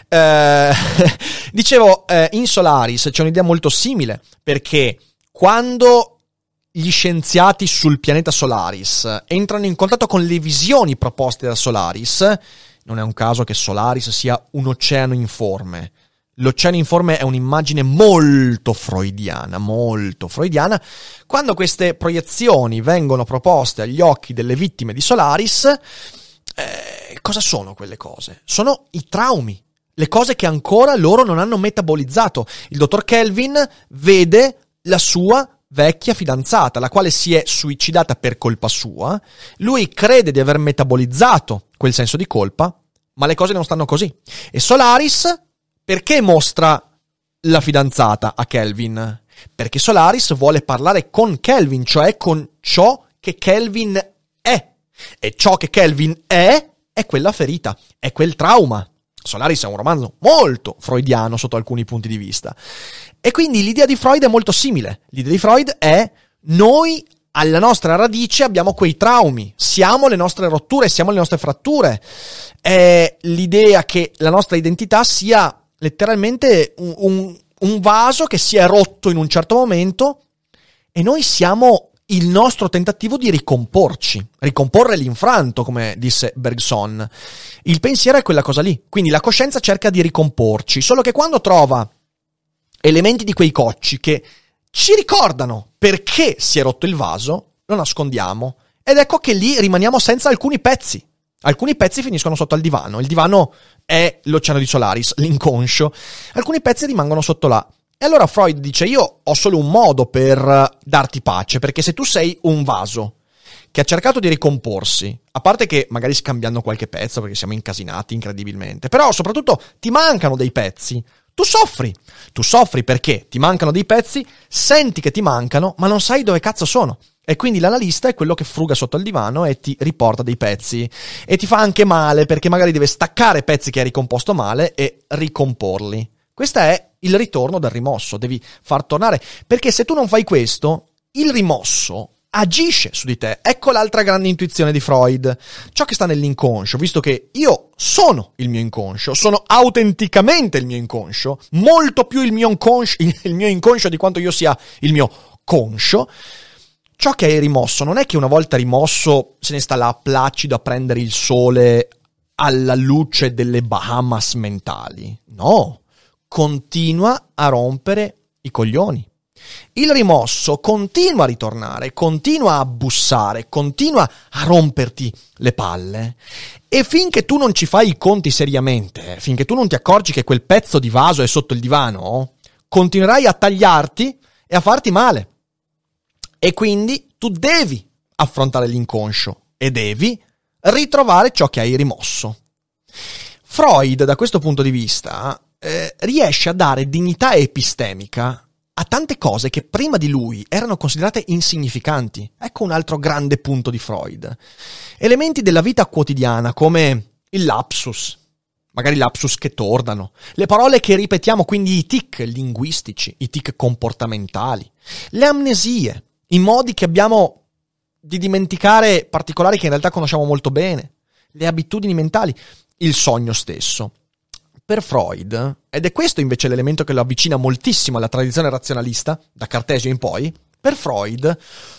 Dicevo, in Solaris c'è un'idea molto simile, perché quando gli scienziati sul pianeta Solaris entrano in contatto con le visioni proposte da Solaris, non è un caso che Solaris sia un oceano informe. L'oceano informe è un'immagine molto freudiana. Quando queste proiezioni vengono proposte agli occhi delle vittime di Solaris, cosa sono quelle cose? Sono i traumi, le cose che ancora loro non hanno metabolizzato. Il dottor Kelvin vede la sua vecchia fidanzata, la quale si è suicidata per colpa sua. Lui crede di aver metabolizzato quel senso di colpa, ma le cose non stanno così. E Solaris perché mostra la fidanzata a Kelvin? Perché Solaris vuole parlare con Kelvin, cioè con ciò che Kelvin è. E ciò che Kelvin è quella ferita, è quel trauma. Solaris è un romanzo molto freudiano sotto alcuni punti di vista. E quindi l'idea di Freud è molto simile. L'idea di Freud è: noi alla nostra radice abbiamo quei traumi, siamo le nostre rotture, siamo le nostre fratture. È l'idea che la nostra identità sia letteralmente un vaso che si è rotto in un certo momento e noi siamo il nostro tentativo di ricomporre l'infranto, come disse Bergson. Il pensiero è quella cosa lì, quindi la coscienza cerca di ricomporci, solo che quando trova elementi di quei cocci che ci ricordano perché si è rotto il vaso, lo nascondiamo ed ecco che lì rimaniamo senza alcuni pezzi. Alcuni pezzi finiscono sotto al divano. Il divano è l'oceano di Solaris, l'inconscio. Alcuni pezzi rimangono sotto là. E allora Freud dice: io ho solo un modo per darti pace, perché se tu sei un vaso che ha cercato di ricomporsi, a parte che magari scambiando qualche pezzo, perché siamo incasinati incredibilmente, però soprattutto ti mancano dei pezzi, tu soffri perché ti mancano dei pezzi, senti che ti mancano, ma non sai dove cazzo sono. E quindi l'analista è quello che fruga sotto il divano e ti riporta dei pezzi. E ti fa anche male, perché magari deve staccare pezzi che hai ricomposto male e ricomporli. Questo è il ritorno del rimosso. Devi far tornare. Perché se tu non fai questo, il rimosso agisce su di te. Ecco l'altra grande intuizione di Freud. Ciò che sta nell'inconscio, visto che io sono il mio inconscio, sono autenticamente il mio inconscio, molto più il mio inconscio di quanto io sia il mio conscio. Ciò che hai rimosso non è che una volta rimosso se ne sta là placido a prendere il sole alla luce delle Bahamas mentali. No, continua a rompere i coglioni. Il rimosso continua a ritornare, continua a bussare, continua a romperti le palle. E finché tu non ci fai i conti seriamente, finché tu non ti accorgi che quel pezzo di vaso è sotto il divano, continuerai a tagliarti e a farti male. E quindi tu devi affrontare l'inconscio e devi ritrovare ciò che hai rimosso. Freud, da questo punto di vista, riesce a dare dignità epistemica a tante cose che prima di lui erano considerate insignificanti. Ecco un altro grande punto di Freud. Elementi della vita quotidiana come il lapsus, magari lapsus che tordano, le parole che ripetiamo, quindi i tic linguistici, i tic comportamentali, le amnesie, i modi che abbiamo di dimenticare particolari che in realtà conosciamo molto bene, le abitudini mentali, il sogno stesso. Per Freud, ed è questo invece l'elemento che lo avvicina moltissimo alla tradizione razionalista, da Cartesio in poi, per Freud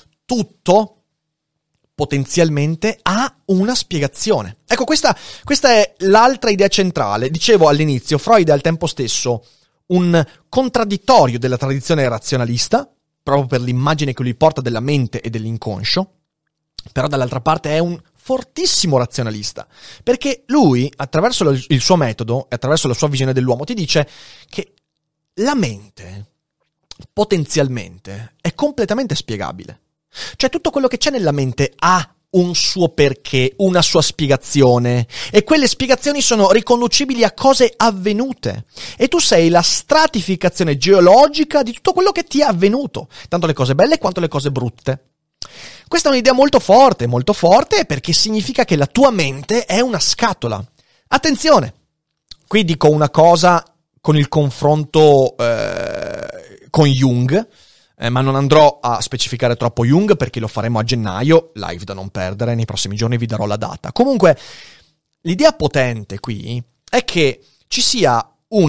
tutto potenzialmente ha una spiegazione. Ecco, questa è l'altra idea centrale. Dicevo all'inizio, Freud è al tempo stesso un contraddittorio della tradizione razionalista, proprio per l'immagine che lui porta della mente e dell'inconscio, però dall'altra parte è un fortissimo razionalista, perché lui, attraverso il suo metodo e attraverso la sua visione dell'uomo, ti dice che la mente potenzialmente è completamente spiegabile. Cioè tutto quello che c'è nella mente ha un suo perché, una sua spiegazione, e quelle spiegazioni sono riconducibili a cose avvenute, e tu sei la stratificazione geologica di tutto quello che ti è avvenuto, tanto le cose belle quanto le cose brutte. Questa è un'idea molto forte, perché significa che la tua mente è una scatola. Attenzione, qui dico una cosa con il confronto con Jung, ma non andrò a specificare troppo Jung perché lo faremo a gennaio, live da non perdere, nei prossimi giorni vi darò la data. Comunque, l'idea potente qui è che ci sia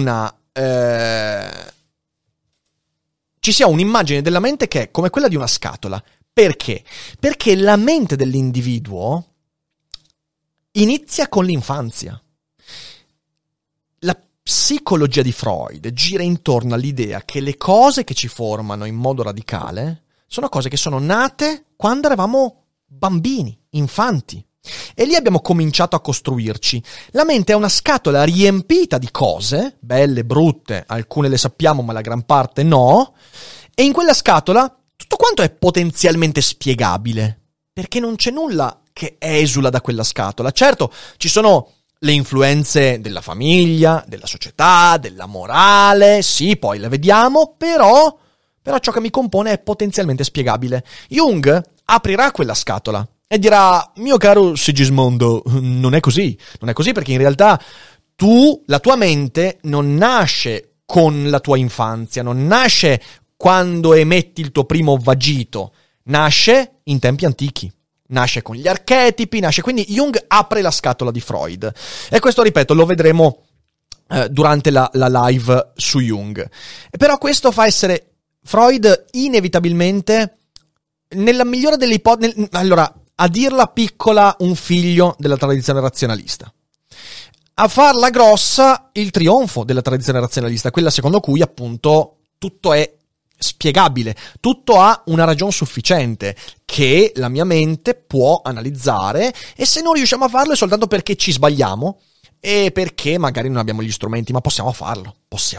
un'immagine della mente che è come quella di una scatola. Perché? Perché la mente dell'individuo inizia con l'infanzia. La psicologia di Freud gira intorno all'idea che le cose che ci formano in modo radicale sono cose che sono nate quando eravamo bambini, infanti. E lì abbiamo cominciato a costruirci. La mente è una scatola riempita di cose, belle, brutte, alcune le sappiamo ma la gran parte no, e in quella scatola tutto quanto è potenzialmente spiegabile, perché non c'è nulla che esula da quella scatola. Certo, ci sono le influenze della famiglia, della società, della morale, sì, poi le vediamo, però ciò che mi compone è potenzialmente spiegabile. Jung aprirà quella scatola e dirà: mio caro Sigismondo, non è così perché in realtà la tua mente non nasce con la tua infanzia, non nasce quando emetti il tuo primo vagito, nasce in tempi antichi. Nasce con gli archetipi, quindi Jung apre la scatola di Freud. E questo, ripeto, lo vedremo durante la live su Jung. Però questo fa essere Freud inevitabilmente, nella migliore delle ipotesi, allora, a dirla piccola, un figlio della tradizione razionalista. A farla grossa, il trionfo della tradizione razionalista, quella secondo cui appunto tutto è spiegabile, tutto ha una ragione sufficiente che la mia mente può analizzare, e se non riusciamo a farlo è soltanto perché ci sbagliamo e perché magari non abbiamo gli strumenti, ma possiamo farlo.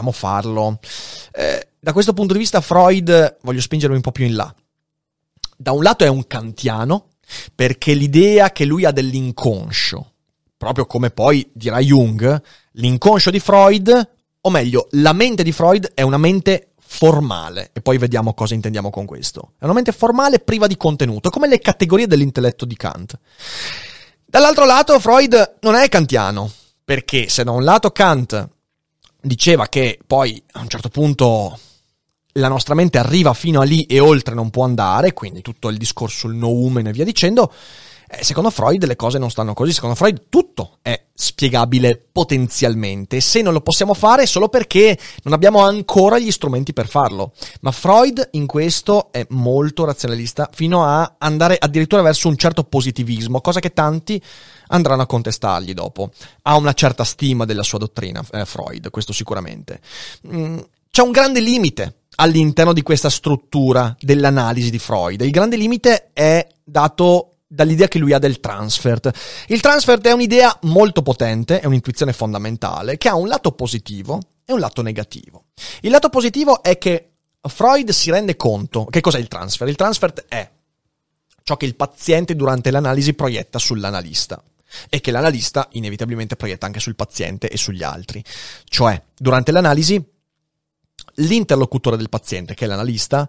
Da questo punto di vista Freud, voglio spingermi un po' più in là. Da un lato è un kantiano, perché l'idea che lui ha dell'inconscio, proprio come poi dirà Jung, l'inconscio di Freud, o meglio, la mente di Freud è una mente formale, e poi vediamo cosa intendiamo con questo. È una mente formale priva di contenuto, come le categorie dell'intelletto di Kant. Dall'altro lato Freud non è kantiano, perché se da un lato Kant diceva che poi a un certo punto la nostra mente arriva fino a lì e oltre non può andare, quindi tutto il discorso sul noumen e via dicendo, secondo Freud le cose non stanno così. Secondo Freud tutto è spiegabile potenzialmente, se non lo possiamo fare è solo perché non abbiamo ancora gli strumenti per farlo. Ma Freud in questo è molto razionalista, fino a andare addirittura verso un certo positivismo, cosa che tanti andranno a contestargli dopo. Ha una certa stima della sua dottrina, Freud, questo sicuramente. C'è un grande limite all'interno di questa struttura dell'analisi di Freud. Il grande limite è dato dall'idea che lui ha del transfert. Il transfert è un'idea molto potente, è un'intuizione fondamentale, che ha un lato positivo e un lato negativo. Il lato positivo è che Freud si rende conto. Che cos'è il transfert? Il transfert è ciò che il paziente durante l'analisi proietta sull'analista, e che l'analista inevitabilmente proietta anche sul paziente e sugli altri. Cioè, durante l'analisi, l'interlocutore del paziente, che è l'analista,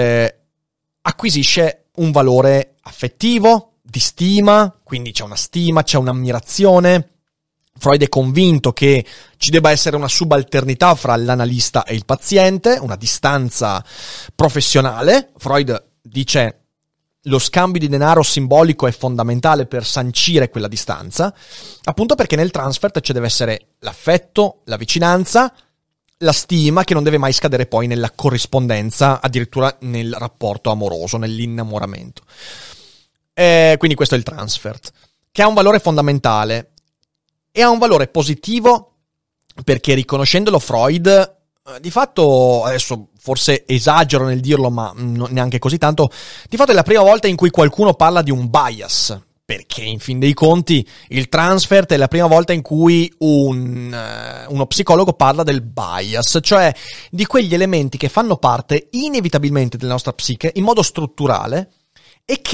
acquisisce un valore affettivo, di stima, quindi c'è una stima, c'è un'ammirazione. Freud è convinto che ci debba essere una subalternità fra l'analista e il paziente, una distanza professionale. Freud dice: lo scambio di denaro simbolico è fondamentale per sancire quella distanza, appunto perché nel transfert ci deve essere l'affetto, la vicinanza, la stima, che non deve mai scadere poi nella corrispondenza, addirittura nel rapporto amoroso, nell'innamoramento. Quindi questo è il transfert, che ha un valore fondamentale e ha un valore positivo perché, riconoscendolo, Freud, di fatto, adesso forse esagero nel dirlo, ma neanche così tanto, di fatto è la prima volta in cui qualcuno parla di un bias, perché in fin dei conti il transfert è la prima volta in cui uno psicologo parla del bias, cioè di quegli elementi che fanno parte inevitabilmente della nostra psiche in modo strutturale e che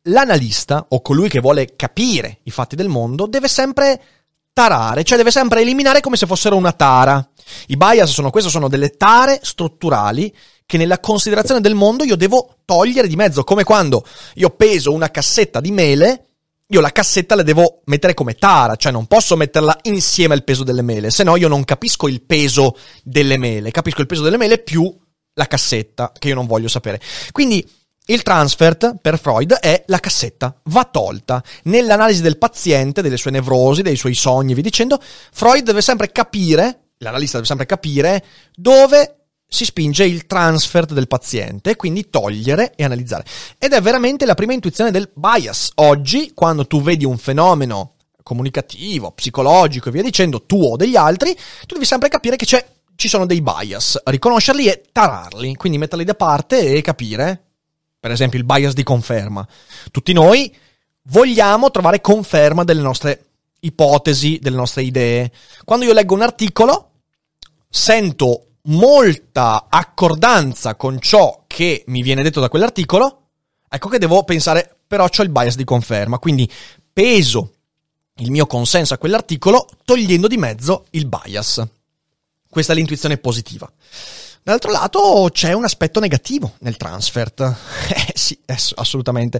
l'analista, o colui che vuole capire i fatti del mondo, deve sempre tarare, cioè deve sempre eliminare come se fossero una tara. I bias sono delle tare strutturali che nella considerazione del mondo io devo togliere di mezzo, come quando io peso una cassetta di mele, io la cassetta la devo mettere come tara, cioè non posso metterla insieme al peso delle mele, se no io non capisco il peso delle mele, capisco il peso delle mele più la cassetta, che io non voglio sapere. Quindi il transfert per Freud è la cassetta, va tolta. Nell'analisi del paziente, delle sue nevrosi, dei suoi sogni e via dicendo, Freud deve sempre capire, l'analista deve sempre capire dove si spinge il transfert del paziente e quindi togliere e analizzare. Ed è veramente la prima intuizione del bias. Oggi, quando tu vedi un fenomeno comunicativo, psicologico e via dicendo, tuo o degli altri, tu devi sempre capire che ci sono dei bias, riconoscerli e tararli, quindi metterli da parte e capire, per esempio il bias di conferma. Tutti noi vogliamo trovare conferma delle nostre ipotesi, delle nostre idee. Quando io leggo un articolo, sento molta accordanza con ciò che mi viene detto da quell'articolo, ecco che devo pensare, però c'ho il bias di conferma, quindi peso il mio consenso a quell'articolo togliendo di mezzo il bias. Questa è l'intuizione positiva. Dall'altro lato c'è un aspetto negativo nel transfert. Sì, assolutamente.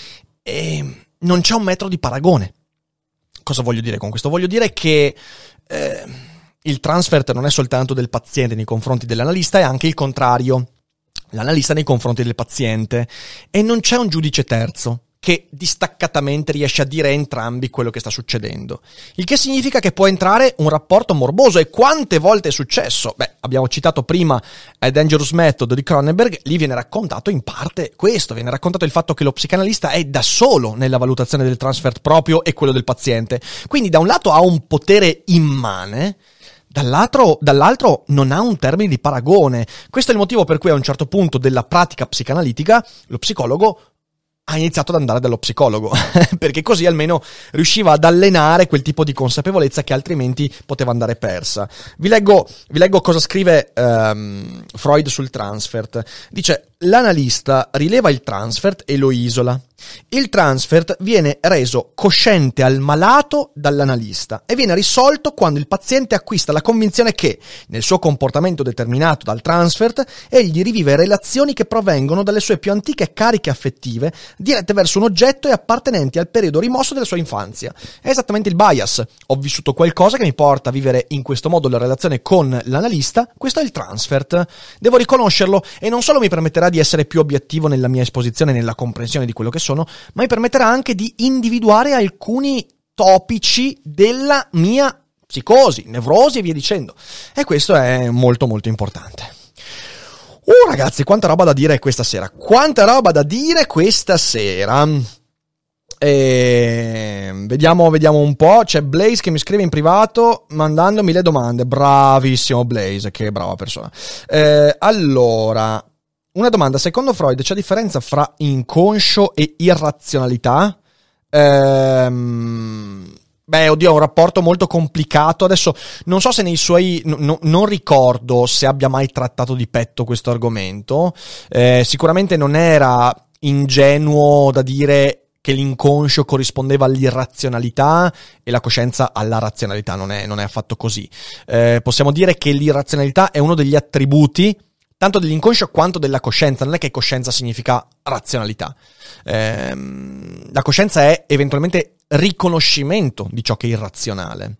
E non c'è un metro di paragone. Cosa voglio dire con questo? Voglio dire che il transfert non è soltanto del paziente nei confronti dell'analista, è anche il contrario. L'analista nei confronti del paziente. E non c'è un giudice terzo che distaccatamente riesce a dire a entrambi quello che sta succedendo. Il che significa che può entrare un rapporto morboso. E quante volte è successo? Abbiamo citato prima A Dangerous Method di Cronenberg, lì viene raccontato in parte questo, viene raccontato il fatto che lo psicanalista è da solo nella valutazione del transfert proprio e quello del paziente. Quindi da un lato ha un potere immane, dall'altro non ha un termine di paragone. Questo è il motivo per cui a un certo punto della pratica psicanalitica lo psicologo ha iniziato ad andare dallo psicologo, perché così almeno riusciva ad allenare quel tipo di consapevolezza che altrimenti poteva andare persa. Vi leggo cosa scrive Freud sul transfert. Dice: l'analista rileva il transfert e lo isola. Il transfert viene reso cosciente al malato dall'analista e viene risolto quando il paziente acquista la convinzione che, nel suo comportamento determinato dal transfert, egli rivive relazioni che provengono dalle sue più antiche cariche affettive, dirette verso un oggetto e appartenenti al periodo rimosso della sua infanzia. È esattamente il bias. Ho vissuto qualcosa che mi porta a vivere in questo modo la relazione con l'analista. Questo è il transfert. Devo riconoscerlo e non solo mi permetterà di essere più obiettivo nella mia esposizione e nella comprensione di quello che sono, ma mi permetterà anche di individuare alcuni topici della mia psicosi, nevrosi e via dicendo. E questo è molto molto importante. Ragazzi, quanta roba da dire questa sera. Vediamo un po'. C'è Blaze che mi scrive in privato mandandomi le domande. Bravissimo Blaze, che brava persona. Allora, una domanda: secondo Freud c'è differenza fra inconscio e irrazionalità? Oddio, è un rapporto molto complicato. Adesso non so se nei suoi... non ricordo se abbia mai trattato di petto questo argomento. Sicuramente non era ingenuo da dire che l'inconscio corrispondeva all'irrazionalità e la coscienza alla razionalità. Non è affatto così. Possiamo dire che l'irrazionalità è uno degli attributi tanto dell'inconscio quanto della coscienza. Non è che coscienza significa razionalità. La coscienza è eventualmente riconoscimento di ciò che è irrazionale.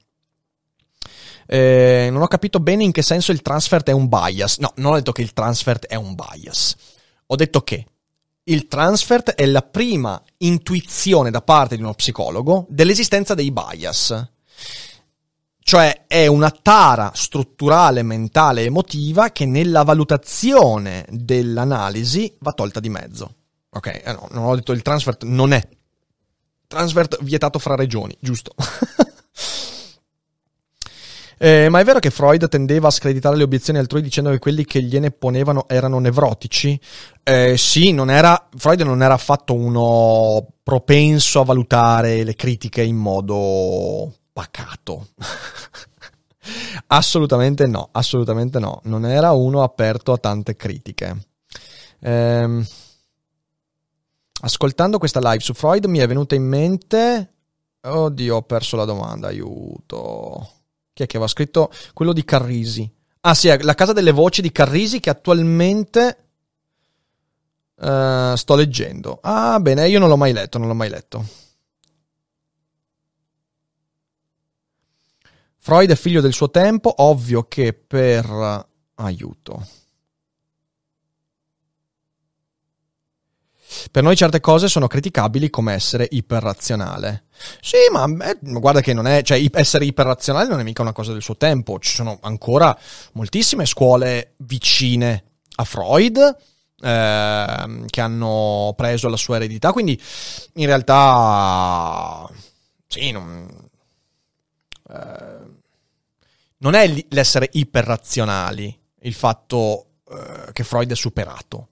Non ho capito bene in che senso il transfert è un bias. No, non ho detto che il transfert è un bias. Ho detto che il transfert è la prima intuizione da parte di uno psicologo dell'esistenza dei bias. Cioè è una tara strutturale, mentale, emotiva che nella valutazione dell'analisi va tolta di mezzo. Ok, no, non ho detto il transfert non è. Transfert vietato fra regioni, giusto? Ma è vero che Freud tendeva a screditare le obiezioni altrui dicendo che quelli che gliene ponevano erano nevrotici? Sì, Freud non era affatto uno propenso a valutare le critiche in modo pacato. Assolutamente no. Non era uno aperto a tante critiche. ascoltando questa live su Freud mi è venuta in mente... Oddio, ho perso la domanda, aiuto. Chi è che aveva scritto? Quello di Carrisi. Ah sì, è La Casa delle Voci di Carrisi, che attualmente sto leggendo. Ah bene, io non l'ho mai letto. Freud è figlio del suo tempo, ovvio che per... aiuto. Per noi certe cose sono criticabili, come essere iperrazionale. Sì, ma guarda che non è... Cioè, essere iperrazionale non è mica una cosa del suo tempo. Ci sono ancora moltissime scuole vicine a Freud che hanno preso la sua eredità, quindi in realtà... Sì, non è l'essere iperrazionali il fatto che Freud è superato.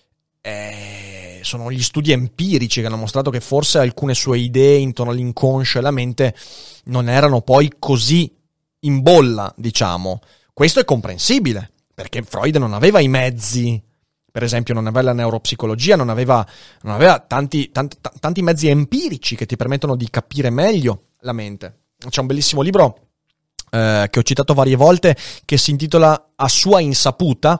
Sono gli studi empirici che hanno mostrato che forse alcune sue idee intorno all'inconscio e alla mente non erano poi così in bolla, diciamo. Questo è comprensibile, perché Freud non aveva i mezzi, per esempio non aveva la neuropsicologia, non aveva tanti mezzi empirici che ti permettono di capire meglio la mente. C'è un bellissimo libro che ho citato varie volte, che si intitola A tua insaputa,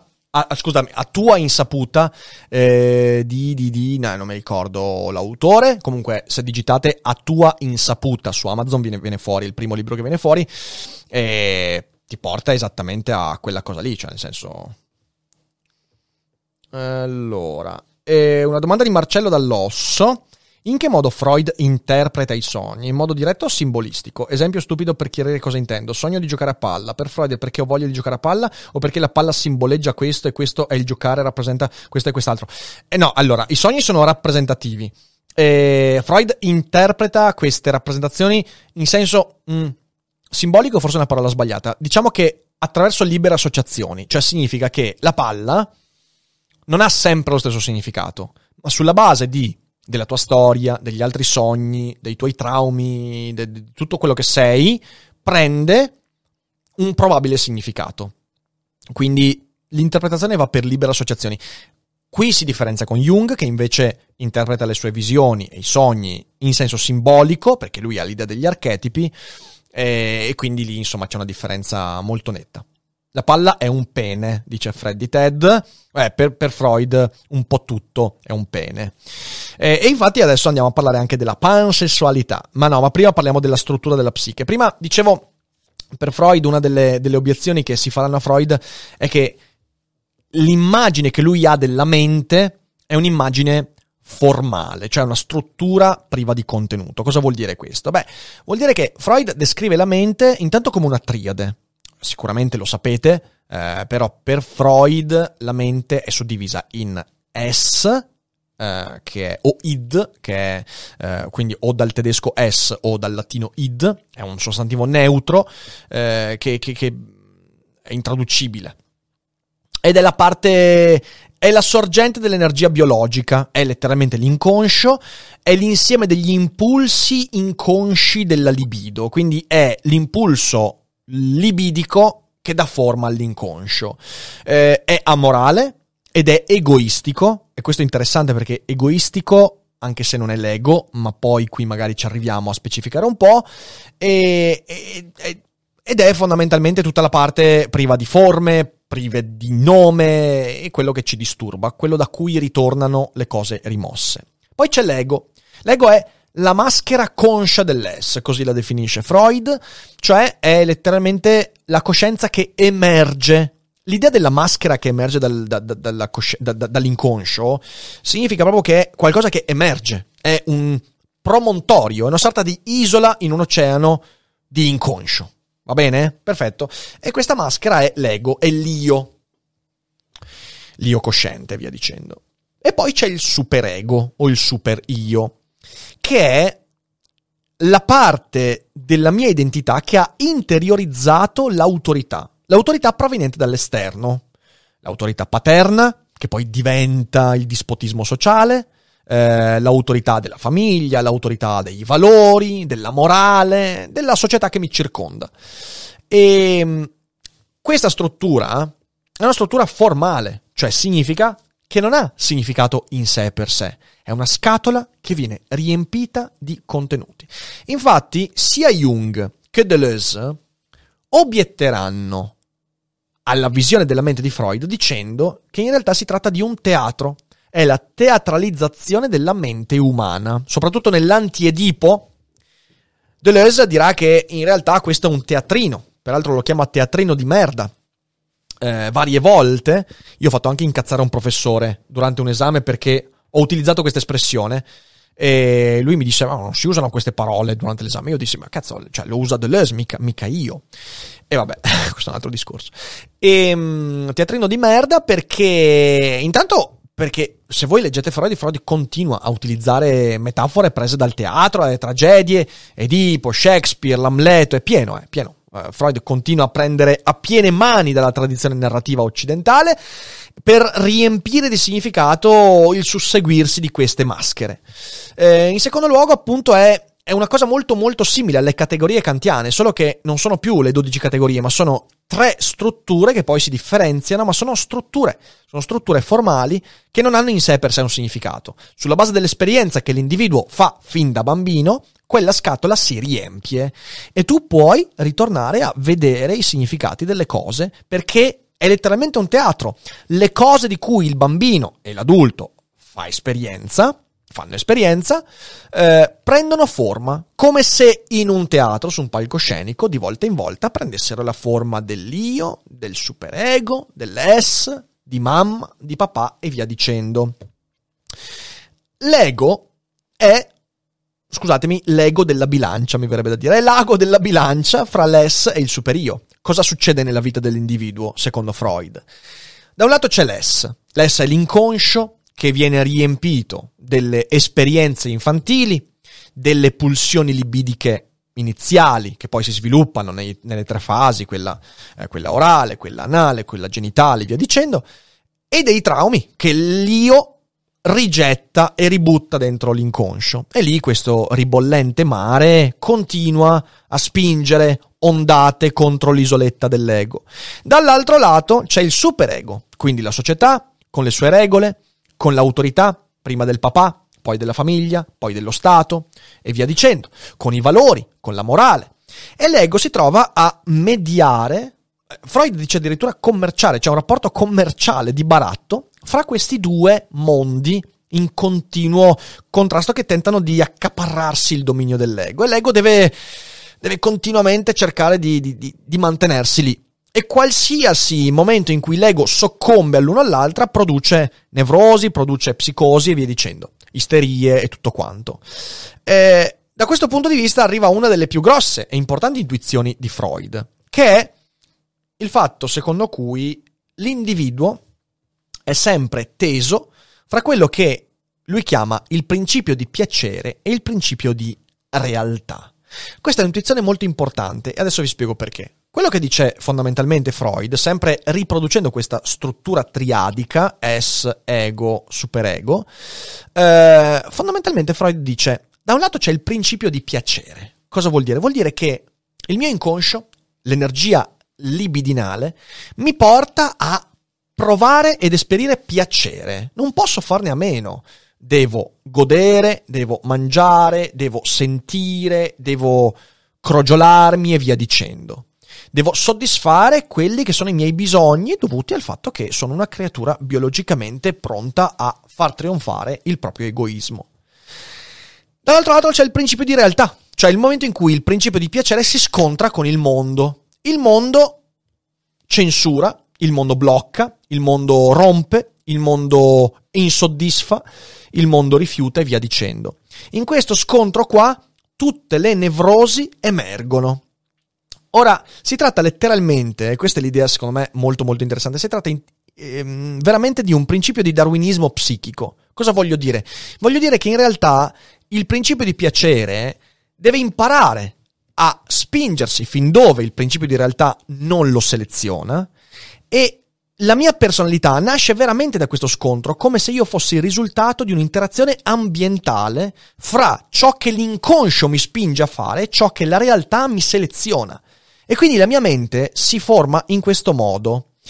no, non mi ricordo l'autore. Comunque, se digitate A tua insaputa su Amazon viene fuori il primo libro che viene fuori, e ti porta esattamente a quella cosa lì, cioè nel senso... Allora, una domanda di Marcello Dall'Osso. In che modo Freud interpreta i sogni? In modo diretto o simbolistico? Esempio stupido per chiarire cosa intendo. Sogno di giocare a palla. Per Freud è perché ho voglia di giocare a palla o perché la palla simboleggia questo e questo è il giocare, rappresenta questo e quest'altro? No, allora, i sogni sono rappresentativi. Freud interpreta queste rappresentazioni in senso simbolico, forse è una parola sbagliata. Diciamo che attraverso libere associazioni. Cioè significa che la palla non ha sempre lo stesso significato, ma sulla base della tua storia, degli altri sogni, dei tuoi traumi, di tutto quello che sei, prende un probabile significato. Quindi l'interpretazione va per libere associazioni. Qui si differenzia con Jung, che invece interpreta le sue visioni e i sogni in senso simbolico, perché lui ha l'idea degli archetipi, e quindi lì insomma c'è una differenza molto netta. La palla è un pene, dice Freddy Ted. Per Freud un po' tutto è un pene. E infatti adesso andiamo a parlare anche della pansessualità. Ma prima parliamo della struttura della psiche. Prima dicevo, per Freud una delle obiezioni che si faranno a Freud è che l'immagine che lui ha della mente è un'immagine formale, cioè una struttura priva di contenuto. Cosa vuol dire questo? Vuol dire che Freud descrive la mente intanto come una triade. Sicuramente lo sapete, però per Freud la mente è suddivisa in es, che è, o id, che è quindi o dal tedesco es o dal latino id, è un sostantivo neutro che è intraducibile. Ed è è la sorgente dell'energia biologica, è letteralmente l'inconscio, è l'insieme degli impulsi inconsci della libido, quindi è l'impulso libidico che dà forma all'inconscio. È amorale ed è egoistico, e questo è interessante perché egoistico, anche se non è l'ego, ma poi qui magari ci arriviamo a specificare un po', ed è fondamentalmente tutta la parte priva di forme, prive di nome, e quello che ci disturba, quello da cui ritornano le cose rimosse. Poi c'è l'ego. L'ego è la maschera conscia dell'ess, così la definisce Freud, cioè è letteralmente la coscienza che emerge. L'idea della maschera che emerge dall'inconscio significa proprio che è qualcosa che emerge, è un promontorio, è una sorta di isola in un oceano di inconscio. Va bene? Perfetto. E questa maschera è l'ego, è l'io cosciente, via dicendo. E poi c'è il superego o il super io, che è la parte della mia identità che ha interiorizzato l'autorità proveniente dall'esterno, l'autorità paterna, che poi diventa il dispotismo sociale, l'autorità della famiglia, l'autorità dei valori, della morale, della società che mi circonda. E questa struttura è una struttura formale, cioè significa che non ha significato in sé per sé, è una scatola che viene riempita di contenuti. Infatti, sia Jung che Deleuze obietteranno alla visione della mente di Freud dicendo che in realtà si tratta di un teatro, è la teatralizzazione della mente umana, soprattutto nell'Anti-Edipo. Deleuze dirà che in realtà questo è un teatrino, peraltro lo chiama teatrino di merda. Varie volte io ho fatto anche incazzare un professore durante un esame perché ho utilizzato questa espressione e lui mi disse ma non si usano queste parole durante l'esame. Io dissi ma cazzo, cioè, lo usa Deleuze, mica io. E vabbè, questo è un altro discorso. Teatrino di merda perché se voi leggete Freud continua a utilizzare metafore prese dal teatro, le tragedie, Edipo, Shakespeare, l'Amleto, è pieno. Freud continua a prendere a piene mani dalla tradizione narrativa occidentale per riempire di significato il susseguirsi di queste maschere. In secondo luogo, appunto, è una cosa molto molto simile alle categorie kantiane, solo che non sono più le 12 categorie, ma sono 3 strutture che poi si differenziano, ma sono strutture formali che non hanno in sé per sé un significato. Sulla base dell'esperienza che l'individuo fa fin da bambino, quella scatola si riempie e tu puoi ritornare a vedere i significati delle cose perché è letteralmente un teatro. Le cose di cui il bambino e l'adulto fanno esperienza, prendono forma, come se in un teatro, su un palcoscenico, di volta in volta prendessero la forma dell'io, del superego, dell'es, di mamma, di papà e via dicendo. L'ego è, scusatemi, l'ego della bilancia, mi verrebbe da dire, è l'ago della bilancia fra l'es e il superio. Cosa succede nella vita dell'individuo, secondo Freud? Da un lato c'è l'es è l'inconscio, che viene riempito delle esperienze infantili, delle pulsioni libidiche iniziali, che poi si sviluppano nelle 3 fasi, quella orale, quella anale, quella genitale, via dicendo, e dei traumi che l'io rigetta e ributta dentro l'inconscio. E lì questo ribollente mare continua a spingere ondate contro l'isoletta dell'ego. Dall'altro lato c'è il superego, quindi la società, con le sue regole, con l'autorità, prima del papà, poi della famiglia, poi dello Stato, e via dicendo, con i valori, con la morale. E l'ego si trova a mediare, Freud dice addirittura commerciale, c'è un rapporto commerciale di baratto fra questi 2 mondi in continuo contrasto che tentano di accaparrarsi il dominio dell'ego. E l'ego deve continuamente cercare di mantenersi lì. E qualsiasi momento in cui l'ego soccombe all'uno all'altra produce nevrosi, produce psicosi e via dicendo, isterie e tutto quanto. Da questo punto di vista arriva una delle più grosse e importanti intuizioni di Freud, che è il fatto secondo cui l'individuo è sempre teso fra quello che lui chiama il principio di piacere e il principio di realtà. Questa è un'intuizione molto importante e adesso vi spiego perché. Quello che dice fondamentalmente Freud, sempre riproducendo questa struttura triadica, es, ego, superego, fondamentalmente Freud dice, da un lato c'è il principio di piacere. Cosa vuol dire? Vuol dire che il mio inconscio, l'energia libidinale, mi porta a provare ed esperire piacere. Non posso farne a meno. Devo godere, devo mangiare, devo sentire, devo crogiolarmi e via dicendo. Devo soddisfare quelli che sono i miei bisogni dovuti al fatto che sono una creatura biologicamente pronta a far trionfare il proprio egoismo. Dall'altro lato c'è il principio di realtà, cioè il momento in cui il principio di piacere si scontra con il mondo. Il mondo censura, il mondo blocca, il mondo rompe, il mondo insoddisfa, il mondo rifiuta e via dicendo. In questo scontro qua tutte le nevrosi emergono. Ora, si tratta letteralmente, e questa è l'idea secondo me molto molto interessante, si tratta veramente di un principio di darwinismo psichico. Cosa voglio dire? Voglio dire che in realtà il principio di piacere deve imparare a spingersi fin dove il principio di realtà non lo seleziona, e la mia personalità nasce veramente da questo scontro, come se io fossi il risultato di un'interazione ambientale fra ciò che l'inconscio mi spinge a fare e ciò che la realtà mi seleziona. E quindi la mia mente si forma in questo modo.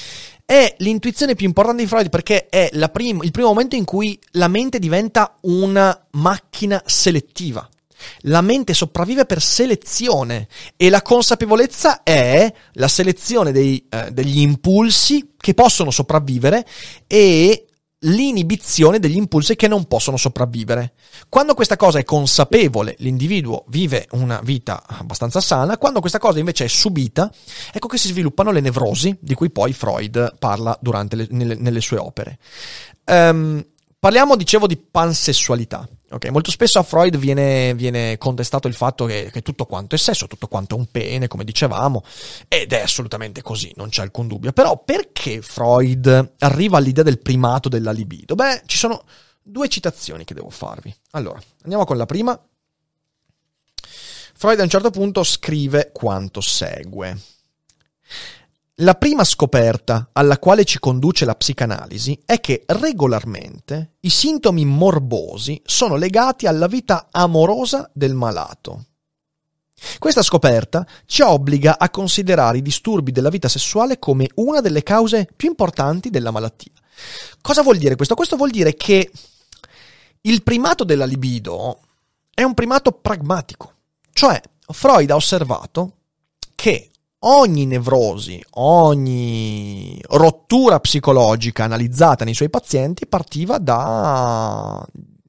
È l'intuizione più importante di Freud perché è il primo momento in cui la mente diventa una macchina selettiva. La mente sopravvive per selezione e la consapevolezza è la selezione degli impulsi che possono sopravvivere e l'inibizione degli impulsi che non possono sopravvivere. Quando questa cosa è consapevole, l'individuo vive una vita abbastanza sana. Quando questa cosa invece è subita, ecco che si sviluppano le nevrosi di cui poi Freud parla nelle sue opere. Parliamo, dicevo, di pansessualità. Okay, molto spesso a Freud viene contestato il fatto che tutto quanto è sesso, tutto quanto è un pene, come dicevamo, ed è assolutamente così, non c'è alcun dubbio. Però perché Freud arriva all'idea del primato della libido? Beh, ci sono due citazioni che devo farvi. Allora, andiamo con la prima. Freud a un certo punto scrive quanto segue. La prima scoperta alla quale ci conduce la psicanalisi è che regolarmente i sintomi morbosi sono legati alla vita amorosa del malato. Questa scoperta ci obbliga a considerare i disturbi della vita sessuale come una delle cause più importanti della malattia. Cosa vuol dire questo? Questo vuol dire che il primato della libido è un primato pragmatico. Cioè, Freud ha osservato che ogni nevrosi, ogni rottura psicologica analizzata nei suoi pazienti partiva da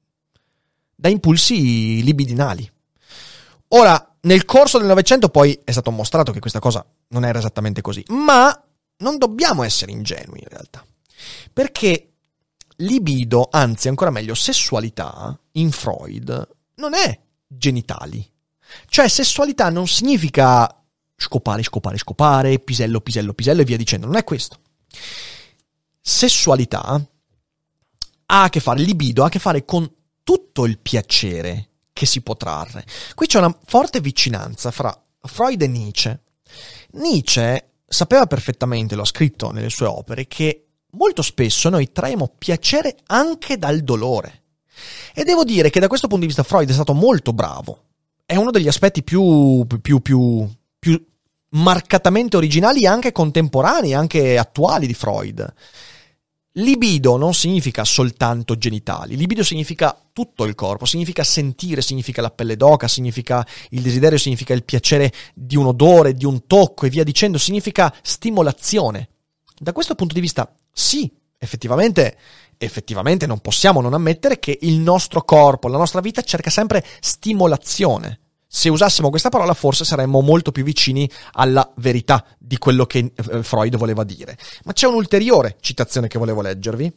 impulsi libidinali. Ora, nel corso del Novecento poi è stato mostrato che questa cosa non era esattamente così, ma non dobbiamo essere ingenui in realtà, perché libido, anzi ancora meglio sessualità, in Freud non è genitali. Cioè sessualità non significa scopare, pisello e via dicendo. Non è questo. Sessualità ha a che fare, libido ha a che fare con tutto il piacere che si può trarre. Qui c'è una forte vicinanza fra Freud e Nietzsche. Nietzsche sapeva perfettamente, lo ha scritto nelle sue opere, che molto spesso noi traiamo piacere anche dal dolore. E devo dire che da questo punto di vista Freud è stato molto bravo. È uno degli aspetti più marcatamente originali, anche contemporanei, anche attuali di Freud. Libido non significa soltanto genitali, libido significa tutto il corpo, significa sentire, significa la pelle d'oca, significa il desiderio, significa il piacere di un odore, di un tocco e via dicendo, significa stimolazione. Da questo punto di vista, sì, effettivamente non possiamo non ammettere che il nostro corpo, la nostra vita cerca sempre stimolazione. Se usassimo questa parola forse saremmo molto più vicini alla verità di quello che Freud voleva dire. Ma c'è un'ulteriore citazione che volevo leggervi.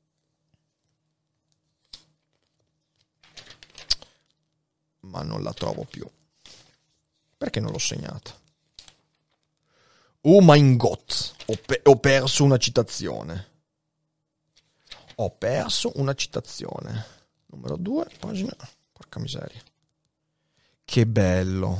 Ma non la trovo più. Perché non l'ho segnata? Oh mein Gott, ho perso una citazione. Numero 2, pagina. Porca miseria. Che bello.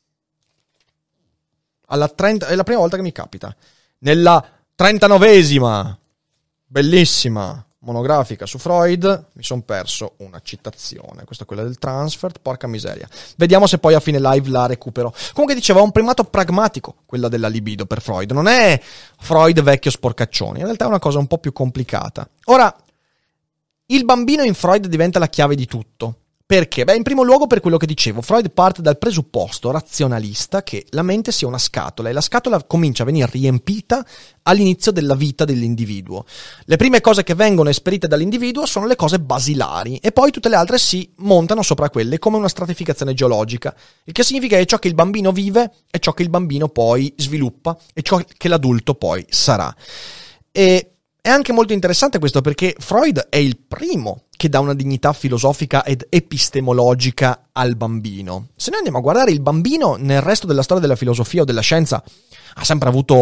È la prima volta che mi capita. Nella 39esima bellissima monografica su Freud mi sono perso una citazione. Questa è quella del transfert, porca miseria. Vediamo se poi a fine live la recupero. Comunque dicevo, è un primato pragmatico quella della libido per Freud. Non è Freud vecchio sporcaccione. In realtà è una cosa un po' più complicata. Ora, il bambino in Freud diventa la chiave di tutto. Perché? Beh, in primo luogo per quello che dicevo, Freud parte dal presupposto razionalista che la mente sia una scatola e la scatola comincia a venire riempita all'inizio della vita dell'individuo. Le prime cose che vengono esperite dall'individuo sono le cose basilari e poi tutte le altre si montano sopra quelle come una stratificazione geologica, il che significa che ciò che il bambino vive è ciò che il bambino poi sviluppa e ciò che l'adulto poi sarà. E è anche molto interessante questo perché Freud è il primo che dà una dignità filosofica ed epistemologica al bambino. Se noi andiamo a guardare il bambino nel resto della storia della filosofia o della scienza ha sempre avuto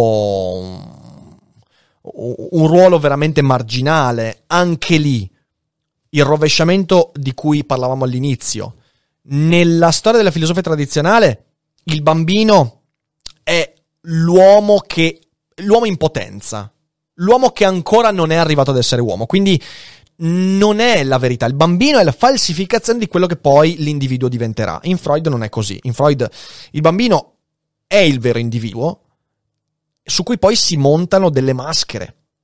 un ruolo veramente marginale. Anche lì il rovesciamento di cui parlavamo all'inizio. Nella storia della filosofia tradizionale il bambino è l'uomo in potenza. L'uomo che ancora non è arrivato ad essere uomo, quindi non è la verità. Il bambino è la falsificazione di quello che poi l'individuo diventerà. In Freud non è così. In Freud il bambino è il vero individuo su cui poi si montano delle maschere.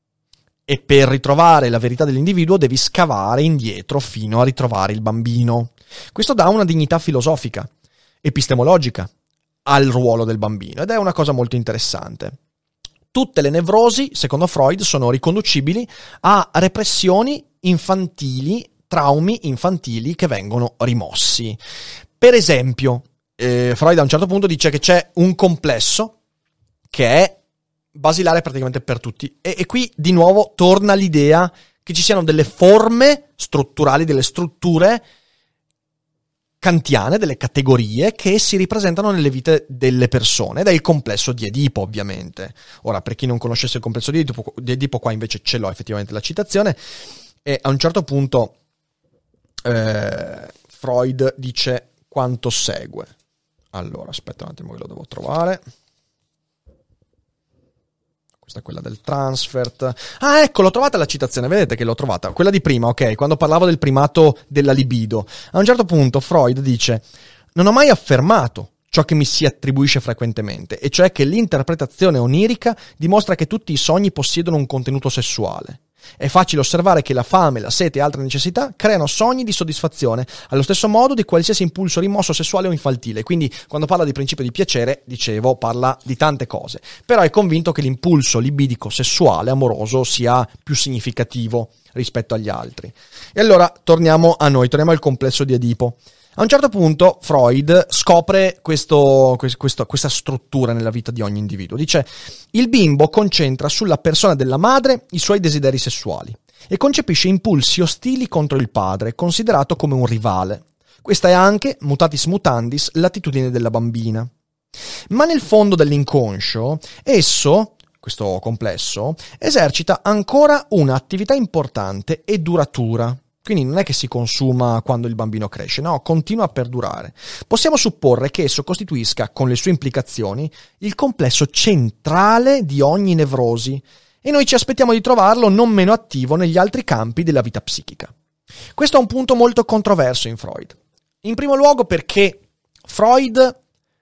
e per ritrovare la verità dell'individuo devi scavare indietro fino a ritrovare il bambino. Questo dà una dignità filosofica, epistemologica al ruolo del bambino ed è una cosa molto interessante. Tutte le nevrosi, secondo Freud, sono riconducibili a repressioni infantili, traumi infantili che vengono rimossi. Per esempio, Freud a un certo punto dice che c'è un complesso che è basilare praticamente per tutti. E qui di nuovo torna l'idea che ci siano delle forme strutturali, delle strutture kantiane, delle categorie che si ripresentano nelle vite delle persone, ed è il complesso di Edipo, ovviamente. Ora, per chi non conoscesse il complesso di Edipo, qua invece ce l'ho effettivamente la citazione, e a un certo punto Freud dice quanto segue. Allora, aspetta un attimo che lo devo trovare. Questa è quella del transfert. Ah, ecco, l'ho trovata la citazione, vedete che l'ho trovata. Quella di prima, ok, quando parlavo del primato della libido. A un certo punto Freud dice: non ho mai affermato ciò che mi si attribuisce frequentemente, e cioè che l'interpretazione onirica dimostra che tutti i sogni possiedono un contenuto sessuale. È facile osservare che la fame, la sete e altre necessità creano sogni di soddisfazione, allo stesso modo di qualsiasi impulso rimosso sessuale o infantile. Quindi, quando parla di principio di piacere, dicevo, parla di tante cose. Però è convinto che l'impulso libidico sessuale, amoroso, sia più significativo rispetto agli altri. E allora torniamo a noi, torniamo al complesso di Edipo. A un certo punto Freud scopre questa struttura nella vita di ogni individuo. Dice: il bimbo concentra sulla persona della madre i suoi desideri sessuali e concepisce impulsi ostili contro il padre, considerato come un rivale. Questa è anche, mutatis mutandis, l'attitudine della bambina. Ma nel fondo dell'inconscio, esso, questo complesso, esercita ancora un'attività importante e duratura. Quindi non è che si consuma quando il bambino cresce, no, continua a perdurare. Possiamo supporre che esso costituisca, con le sue implicazioni, il complesso centrale di ogni nevrosi, e noi ci aspettiamo di trovarlo non meno attivo negli altri campi della vita psichica. Questo è un punto molto controverso in Freud. In primo luogo perché Freud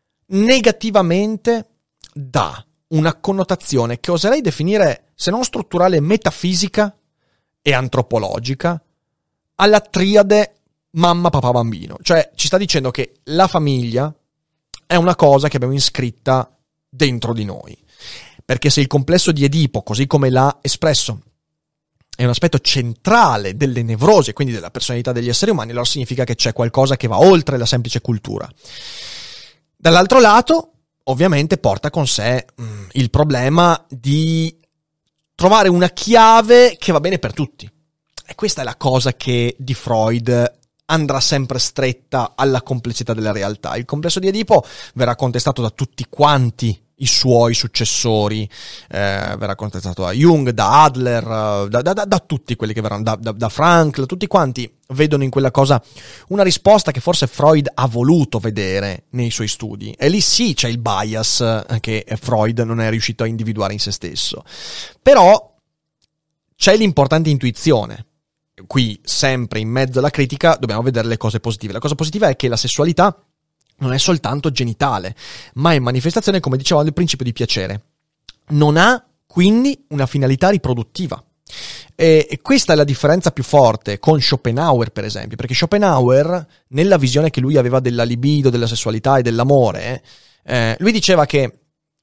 negativamente dà una connotazione che oserei definire, se non strutturale, metafisica e antropologica, alla triade mamma, papà, bambino. Cioè ci sta dicendo che la famiglia è una cosa che abbiamo iscritta dentro di noi. Perché se il complesso di Edipo, così come l'ha espresso, è un aspetto centrale delle nevrosi e quindi della personalità degli esseri umani, allora significa che c'è qualcosa che va oltre la semplice cultura. Dall'altro lato, ovviamente porta con sé il problema di trovare una chiave che va bene per tutti. E questa è la cosa che di Freud andrà sempre stretta alla complessità della realtà. Il complesso di Edipo verrà contestato da tutti quanti i suoi successori, verrà contestato da Jung, da Adler, da tutti quelli che verranno, da Frankl, tutti quanti vedono in quella cosa una risposta che forse Freud ha voluto vedere nei suoi studi. E lì sì c'è il bias che Freud non è riuscito a individuare in se stesso. Però c'è l'importante intuizione. Qui, sempre in mezzo alla critica, dobbiamo vedere le cose positive. La cosa positiva è che la sessualità non è soltanto genitale, ma è manifestazione, come dicevamo, del principio di piacere. Non ha, quindi, una finalità riproduttiva. E questa è la differenza più forte con Schopenhauer, per esempio, perché Schopenhauer, nella visione che lui aveva della libido, della sessualità e dell'amore, lui diceva che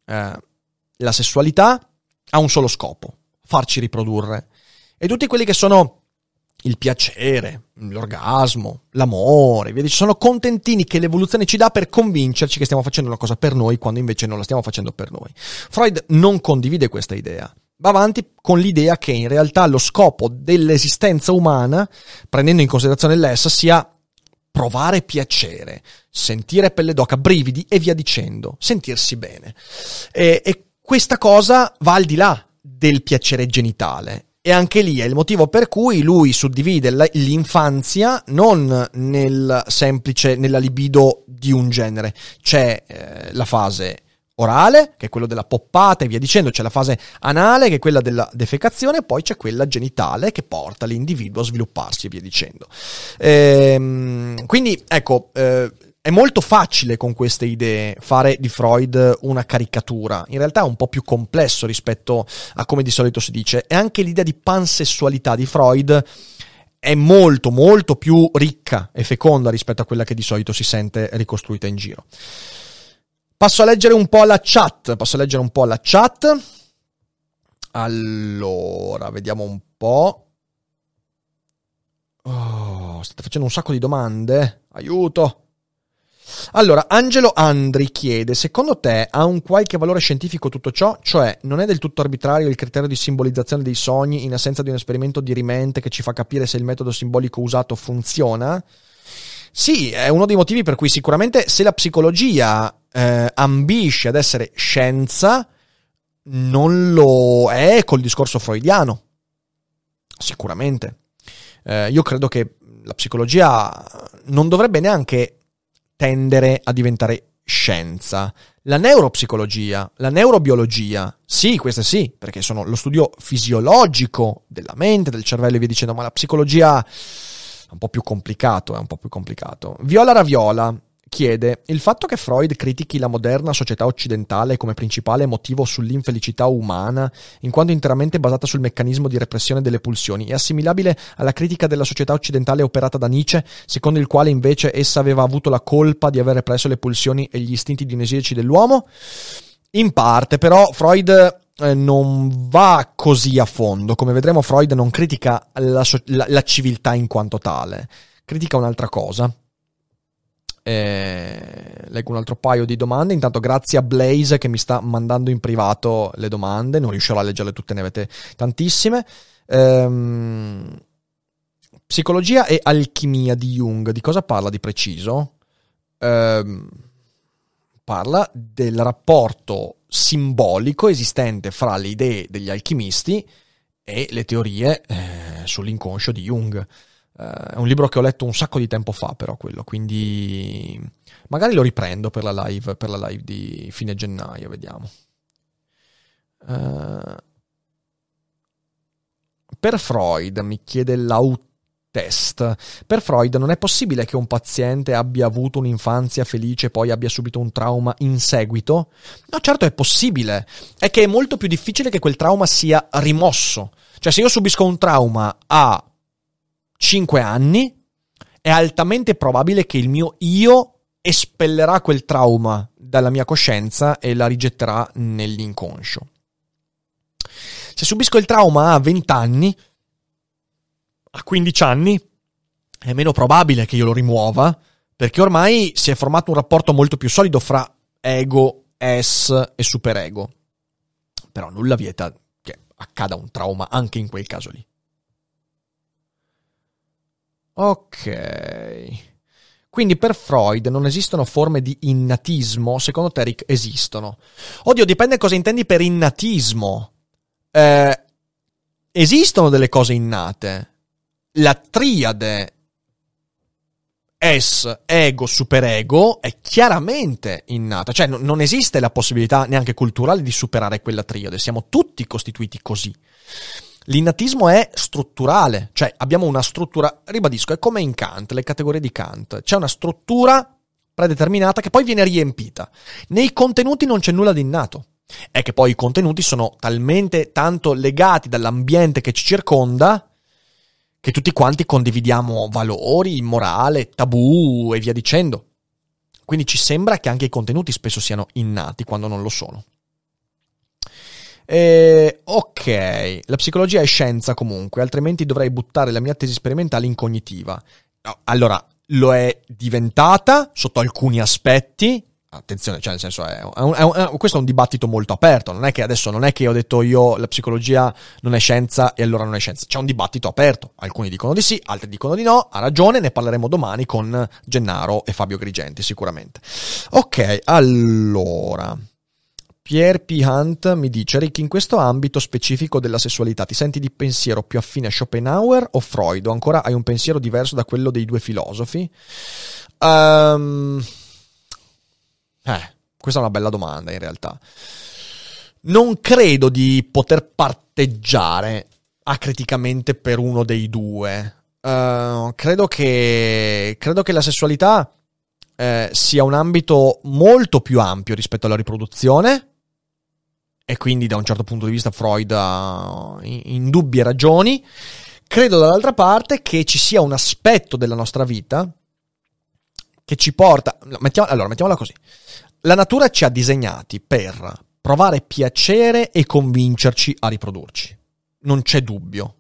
la sessualità ha un solo scopo: farci riprodurre. E tutti quelli che sono il piacere, l'orgasmo, l'amore, sono contentini che l'evoluzione ci dà per convincerci che stiamo facendo una cosa per noi, quando invece non la stiamo facendo per noi. Freud non condivide questa idea. Va avanti con l'idea che in realtà lo scopo dell'esistenza umana, prendendo in considerazione l'essa, sia provare piacere, sentire pelle d'oca, brividi e via dicendo, sentirsi bene. E questa cosa va al di là del piacere genitale. E anche lì è il motivo per cui lui suddivide l'infanzia non nella libido di un genere. C'è la fase orale, che è quello della poppata e via dicendo, c'è la fase anale, che è quella della defecazione, e poi c'è quella genitale che porta l'individuo a svilupparsi e via dicendo. Quindi, ecco, è molto facile con queste idee fare di Freud una caricatura. In realtà è un po' più complesso rispetto a come di solito si dice. E anche l'idea di pansessualità di Freud è molto, molto più ricca e feconda rispetto a quella che di solito si sente ricostruita in giro. Passo a leggere un po' la chat. Allora, vediamo un po'. State facendo un sacco di domande. Aiuto! Allora, Angelo Andri chiede: secondo te ha un qualche valore scientifico tutto ciò? Cioè, non è del tutto arbitrario il criterio di simbolizzazione dei sogni in assenza di un esperimento dirimente che ci fa capire se il metodo simbolico usato funziona? Sì, è uno dei motivi per cui sicuramente se la psicologia ambisce ad essere scienza, non lo è col discorso freudiano. Sicuramente. Io credo che la psicologia non dovrebbe neanche tendere a diventare scienza. La neuropsicologia, la neurobiologia, sì, queste sì, perché sono lo studio fisiologico della mente, del cervello e via dicendo, ma la psicologia è un po' più complicato, Viola Raviola chiede: il fatto che Freud critichi la moderna società occidentale come principale motivo sull'infelicità umana, in quanto interamente basata sul meccanismo di repressione delle pulsioni, è assimilabile alla critica della società occidentale operata da Nietzsche, secondo il quale invece essa aveva avuto la colpa di aver represso le pulsioni e gli istinti dionisiaci dell'uomo? In parte, però Freud non va così a fondo. Come vedremo, Freud non critica la civiltà in quanto tale, critica un'altra cosa. Leggo un altro paio di domande. Intanto grazie a Blaze che mi sta mandando in privato le domande, non riuscirò a leggerle tutte, ne avete tantissime. Psicologia e alchimia di Jung, di cosa parla di preciso? Parla del rapporto simbolico esistente fra le idee degli alchimisti e le teorie sull'inconscio di Jung. È un libro che ho letto un sacco di tempo fa, però quello, quindi magari lo riprendo per la live di fine gennaio, vediamo. Per Freud, mi chiede l'Outest, per Freud non è possibile che un paziente abbia avuto un'infanzia felice e poi abbia subito un trauma in seguito? No, certo è possibile, è che è molto più difficile che quel trauma sia rimosso. Cioè, se io subisco un trauma a 5 anni, è altamente probabile che il mio io espellerà quel trauma dalla mia coscienza e la rigetterà nell'inconscio. Se subisco il trauma a 20 anni, a 15 anni, è meno probabile che io lo rimuova, perché ormai si è formato un rapporto molto più solido fra ego, es e superego. Però nulla vieta che accada un trauma anche in quel caso lì. Ok, quindi per Freud non esistono forme di innatismo? Secondo te, Rick, esistono? Oddio, dipende cosa intendi per innatismo. Esistono delle cose innate. La triade es, ego, superego è chiaramente innata. Cioè non esiste la possibilità neanche culturale di superare quella triade. Siamo tutti costituiti così. L'innatismo è strutturale, cioè abbiamo una struttura, ribadisco, è come in Kant, le categorie di Kant, c'è una struttura predeterminata che poi viene riempita. Nei contenuti non c'è nulla di innato, è che poi i contenuti sono talmente tanto legati dall'ambiente che ci circonda che tutti quanti condividiamo valori, morale, tabù e via dicendo. Quindi ci sembra che anche i contenuti spesso siano innati quando non lo sono. Ok, la psicologia è scienza comunque, altrimenti dovrei buttare la mia tesi sperimentale in cognitiva. Allora, lo è diventata sotto alcuni aspetti. Attenzione, cioè nel senso questo è un dibattito molto aperto, non è che adesso non è che ho detto io la psicologia non è scienza e allora non è scienza, c'è un dibattito aperto, alcuni dicono di sì, altri dicono di no, ha ragione, ne parleremo domani con Gennaro e Fabio Grigenti sicuramente. Ok, allora Pierre P. Hunt mi dice: Rick, in questo ambito specifico della sessualità ti senti di pensiero più affine a Schopenhauer o Freud, o ancora hai un pensiero diverso da quello dei due filosofi? Questa è una bella domanda in realtà. Non credo di poter parteggiare acriticamente per uno dei due. Credo che la sessualità sia un ambito molto più ampio rispetto alla riproduzione, e quindi da un certo punto di vista Freud ha indubbie ragioni. Credo dall'altra parte che ci sia un aspetto della nostra vita che ci porta... mettiamola così. La natura ci ha disegnati per provare piacere e convincerci a riprodurci. Non c'è dubbio.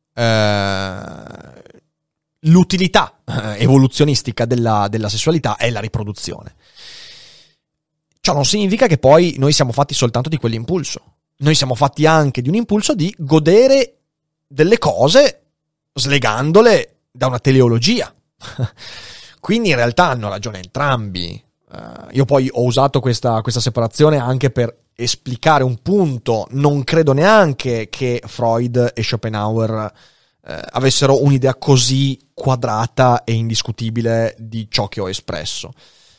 L'utilità evoluzionistica della sessualità è la riproduzione. Ciò non significa che poi noi siamo fatti soltanto di quell'impulso. Noi siamo fatti anche di un impulso di godere delle cose slegandole da una teleologia. Quindi in realtà hanno ragione entrambi. Io poi ho usato questa separazione anche per esplicare un punto. Non credo neanche che Freud e Schopenhauer avessero un'idea così quadrata e indiscutibile di ciò che ho espresso.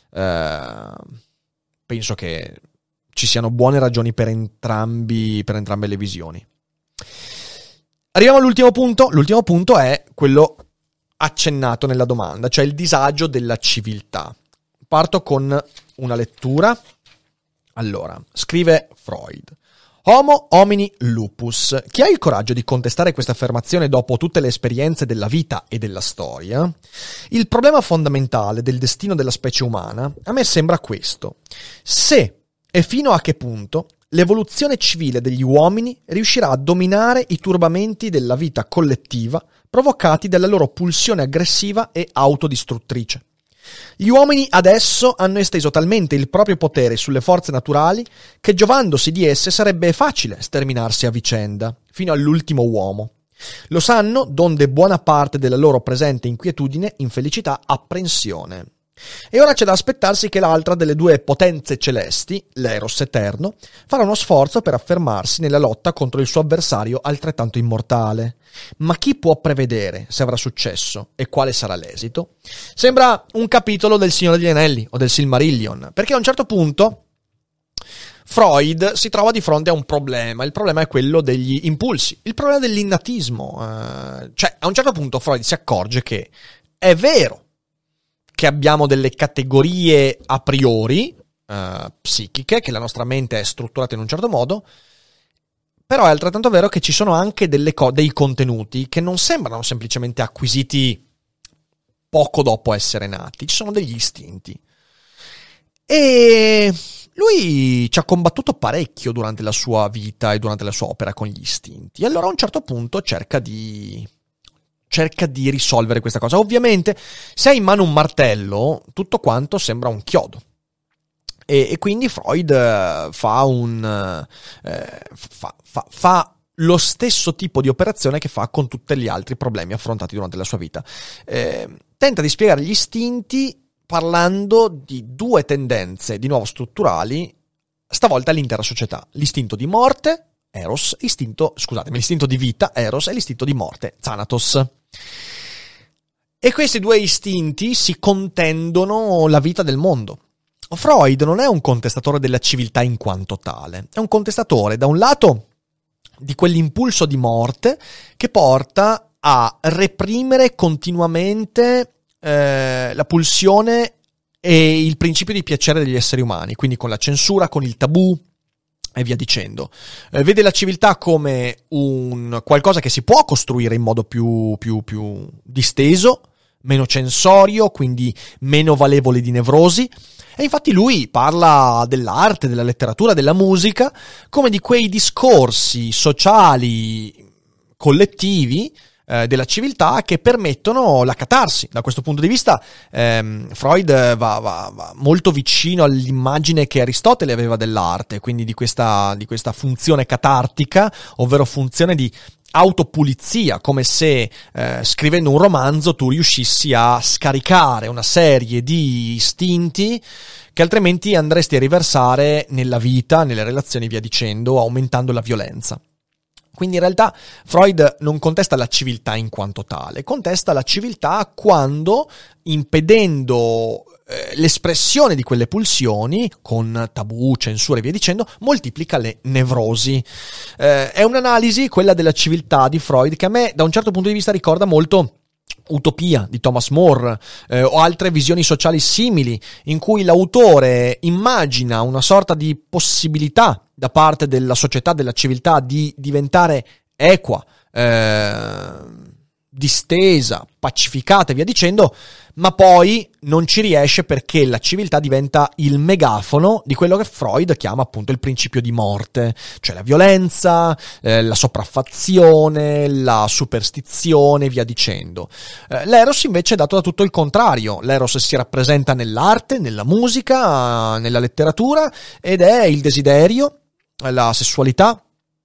Penso che ci siano buone ragioni per entrambe le visioni. Arriviamo all'ultimo punto. L'ultimo punto è quello accennato nella domanda, cioè il disagio della civiltà. Parto con una lettura. Allora, scrive Freud: Homo homini lupus. Chi ha il coraggio di contestare questa affermazione dopo tutte le esperienze della vita e della storia? Il problema fondamentale del destino della specie umana a me sembra questo: se e fino a che punto l'evoluzione civile degli uomini riuscirà a dominare i turbamenti della vita collettiva provocati dalla loro pulsione aggressiva e autodistruttrice. Gli uomini adesso hanno esteso talmente il proprio potere sulle forze naturali che giovandosi di esse sarebbe facile sterminarsi a vicenda, fino all'ultimo uomo. Lo sanno, donde buona parte della loro presente inquietudine, infelicità, apprensione. E ora c'è da aspettarsi che l'altra delle due potenze celesti, l'Eros eterno, farà uno sforzo per affermarsi nella lotta contro il suo avversario altrettanto immortale. Ma chi può prevedere se avrà successo e quale sarà l'esito? Sembra un capitolo del Signore degli Anelli o del Silmarillion, perché a un certo punto Freud si trova di fronte a un problema. Il problema è quello degli impulsi, il problema dell'innatismo. Cioè, a un certo punto Freud si accorge che è vero che abbiamo delle categorie a priori psichiche, che la nostra mente è strutturata in un certo modo, però è altrettanto vero che ci sono anche dei contenuti che non sembrano semplicemente acquisiti poco dopo essere nati, ci sono degli istinti. E lui ci ha combattuto parecchio durante la sua vita e durante la sua opera con gli istinti. E allora a un certo punto cerca di risolvere questa cosa. Ovviamente, se hai in mano un martello, tutto quanto sembra un chiodo. E quindi Freud fa lo stesso tipo di operazione che fa con tutti gli altri problemi affrontati durante la sua vita. Tenta di spiegare gli istinti parlando di due tendenze, di nuovo strutturali, stavolta all'intera società. L'istinto di morte, Eros, l'istinto di vita, Eros, e l'istinto di morte, Thanatos. E questi due istinti si contendono la vita del mondo. Freud non è un contestatore della civiltà in quanto tale, è un contestatore, da un lato, di quell'impulso di morte che porta a reprimere continuamente la pulsione e il principio di piacere degli esseri umani, quindi con la censura, con il tabù e via dicendo. Vede la civiltà come un qualcosa che si può costruire in modo più disteso, meno censorio, quindi meno valevole di nevrosi. E infatti lui parla dell'arte, della letteratura, della musica come di quei discorsi sociali collettivi della civiltà che permettono la catarsi. Da questo punto di vista Freud va molto vicino all'immagine che Aristotele aveva dell'arte, quindi di questa funzione catartica, ovvero funzione di autopulizia, come se scrivendo un romanzo tu riuscissi a scaricare una serie di istinti che altrimenti andresti a riversare nella vita, nelle relazioni, via dicendo, aumentando la violenza. Quindi in realtà Freud non contesta la civiltà in quanto tale, contesta la civiltà quando, impedendo l'espressione di quelle pulsioni, con tabù, censure e via dicendo, moltiplica le nevrosi. È un'analisi, quella della civiltà di Freud, che a me da un certo punto di vista ricorda molto Utopia di Thomas More o altre visioni sociali simili, in cui l'autore immagina una sorta di possibilità da parte della società, della civiltà, di diventare equa, distesa, pacificata e via dicendo, ma poi non ci riesce perché la civiltà diventa il megafono di quello che Freud chiama appunto il principio di morte, cioè la violenza, la sopraffazione, la superstizione e via dicendo. L'Eros invece è dato da tutto il contrario. L'Eros si rappresenta nell'arte, nella musica, nella letteratura, ed è il desiderio, la sessualità,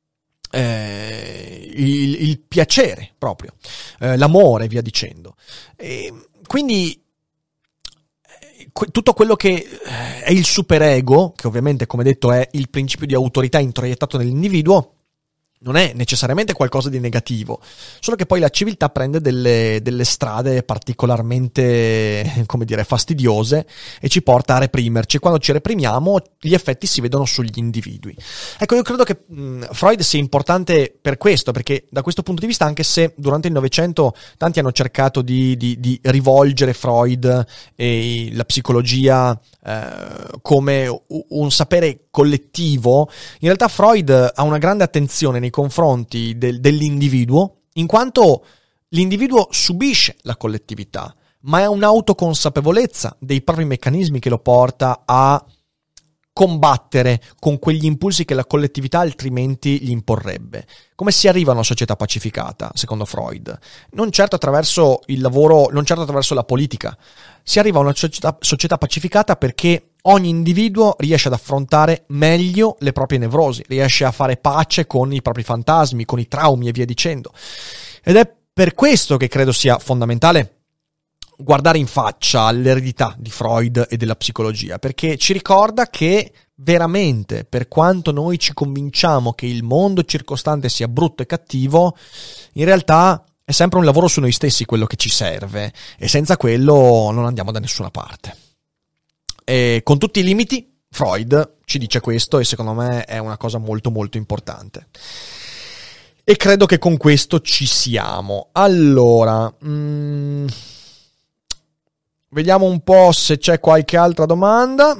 il piacere proprio, l'amore e via dicendo. Quindi tutto quello che è il superego, che ovviamente, come detto, è il principio di autorità introiettato nell'individuo, non è necessariamente qualcosa di negativo, solo che poi la civiltà prende delle strade particolarmente, come dire, fastidiose e ci porta a reprimerci. Quando ci reprimiamo, gli effetti si vedono sugli individui. Ecco, io credo che Freud sia importante per questo, perché da questo punto di vista, anche se durante il Novecento tanti hanno cercato di rivolgere Freud e la psicologia come un sapere collettivo, in realtà Freud ha una grande attenzione nei confronti dell'individuo, in quanto l'individuo subisce la collettività, ma è un'autoconsapevolezza dei propri meccanismi che lo porta a combattere con quegli impulsi che la collettività altrimenti gli imporrebbe. Come si arriva a una società pacificata, secondo Freud? Non certo attraverso il lavoro, non certo attraverso la politica. Si arriva a una società pacificata perché ogni individuo riesce ad affrontare meglio le proprie nevrosi, riesce a fare pace con i propri fantasmi, con i traumi e via dicendo. Ed è per questo che credo sia fondamentale guardare in faccia all'eredità di Freud e della psicologia, perché ci ricorda che veramente, per quanto noi ci convinciamo che il mondo circostante sia brutto e cattivo, in realtà è sempre un lavoro su noi stessi quello che ci serve, e senza quello non andiamo da nessuna parte. E con tutti i limiti, Freud ci dice questo, e secondo me è una cosa molto molto importante. E credo che con questo ci siamo. Allora, vediamo un po' se c'è qualche altra domanda.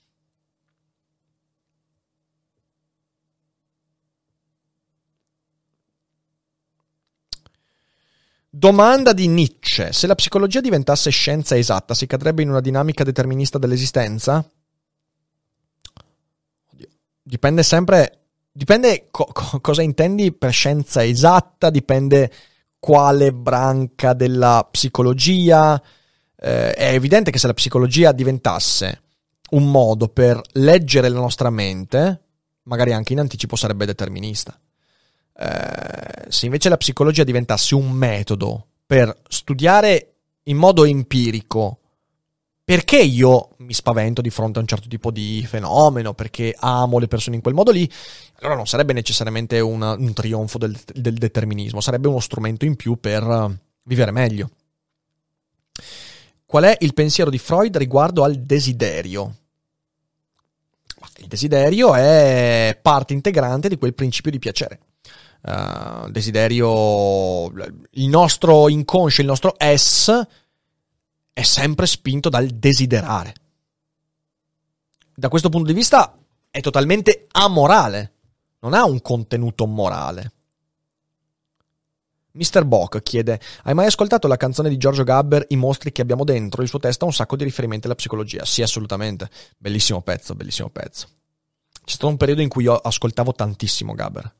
Domanda di Nietzsche: se la psicologia diventasse scienza esatta, si cadrebbe in una dinamica determinista dell'esistenza? Dipende sempre, dipende cosa intendi per scienza esatta, dipende quale branca della psicologia. È evidente che se la psicologia diventasse un modo per leggere la nostra mente, magari anche in anticipo sarebbe determinista. Se invece la psicologia diventasse un metodo per studiare in modo empirico perché io mi spavento di fronte a un certo tipo di fenomeno, perché amo le persone in quel modo lì, allora non sarebbe necessariamente un trionfo del determinismo, sarebbe uno strumento in più per vivere meglio. Qual è il pensiero di Freud riguardo al desiderio? Il desiderio è parte integrante di quel principio di piacere. Desiderio, il nostro inconscio, il nostro es è sempre spinto dal desiderare. Da questo punto di vista è totalmente amorale, non ha un contenuto morale. Mr. Bock chiede: hai mai ascoltato la canzone di Giorgio Gaber, I mostri che abbiamo dentro? Il suo testo ha un sacco di riferimenti alla psicologia. Sì, assolutamente. Bellissimo pezzo, bellissimo pezzo. C'è stato un periodo in cui io ascoltavo tantissimo Gaber.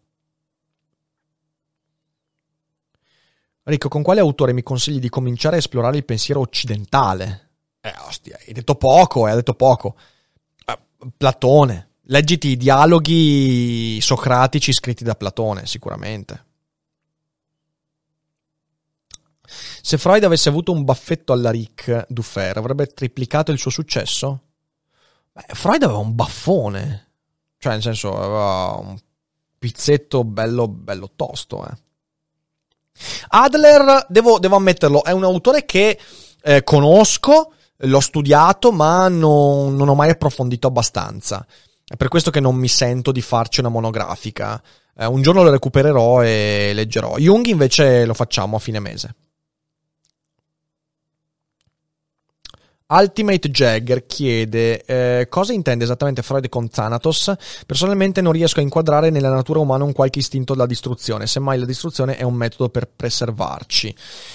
Ricco, con quale autore mi consigli di cominciare a esplorare il pensiero occidentale? Ostia, hai detto poco, Platone. Leggiti i dialoghi socratici scritti da Platone, sicuramente. Se Freud avesse avuto un baffetto alla Ric Dufer, avrebbe triplicato il suo successo? Freud aveva un baffone. Cioè, nel senso, aveva un pizzetto bello tosto, Adler, devo ammetterlo, è un autore che conosco, l'ho studiato, ma non ho mai approfondito abbastanza. È per questo che non mi sento di farci una monografica. Un giorno lo recupererò e leggerò. Jung invece lo facciamo a fine mese. Ultimate Jagger chiede cosa intende esattamente Freud con Thanatos. Personalmente non riesco a inquadrare nella natura umana un qualche istinto della distruzione, semmai la distruzione è un metodo per preservarci.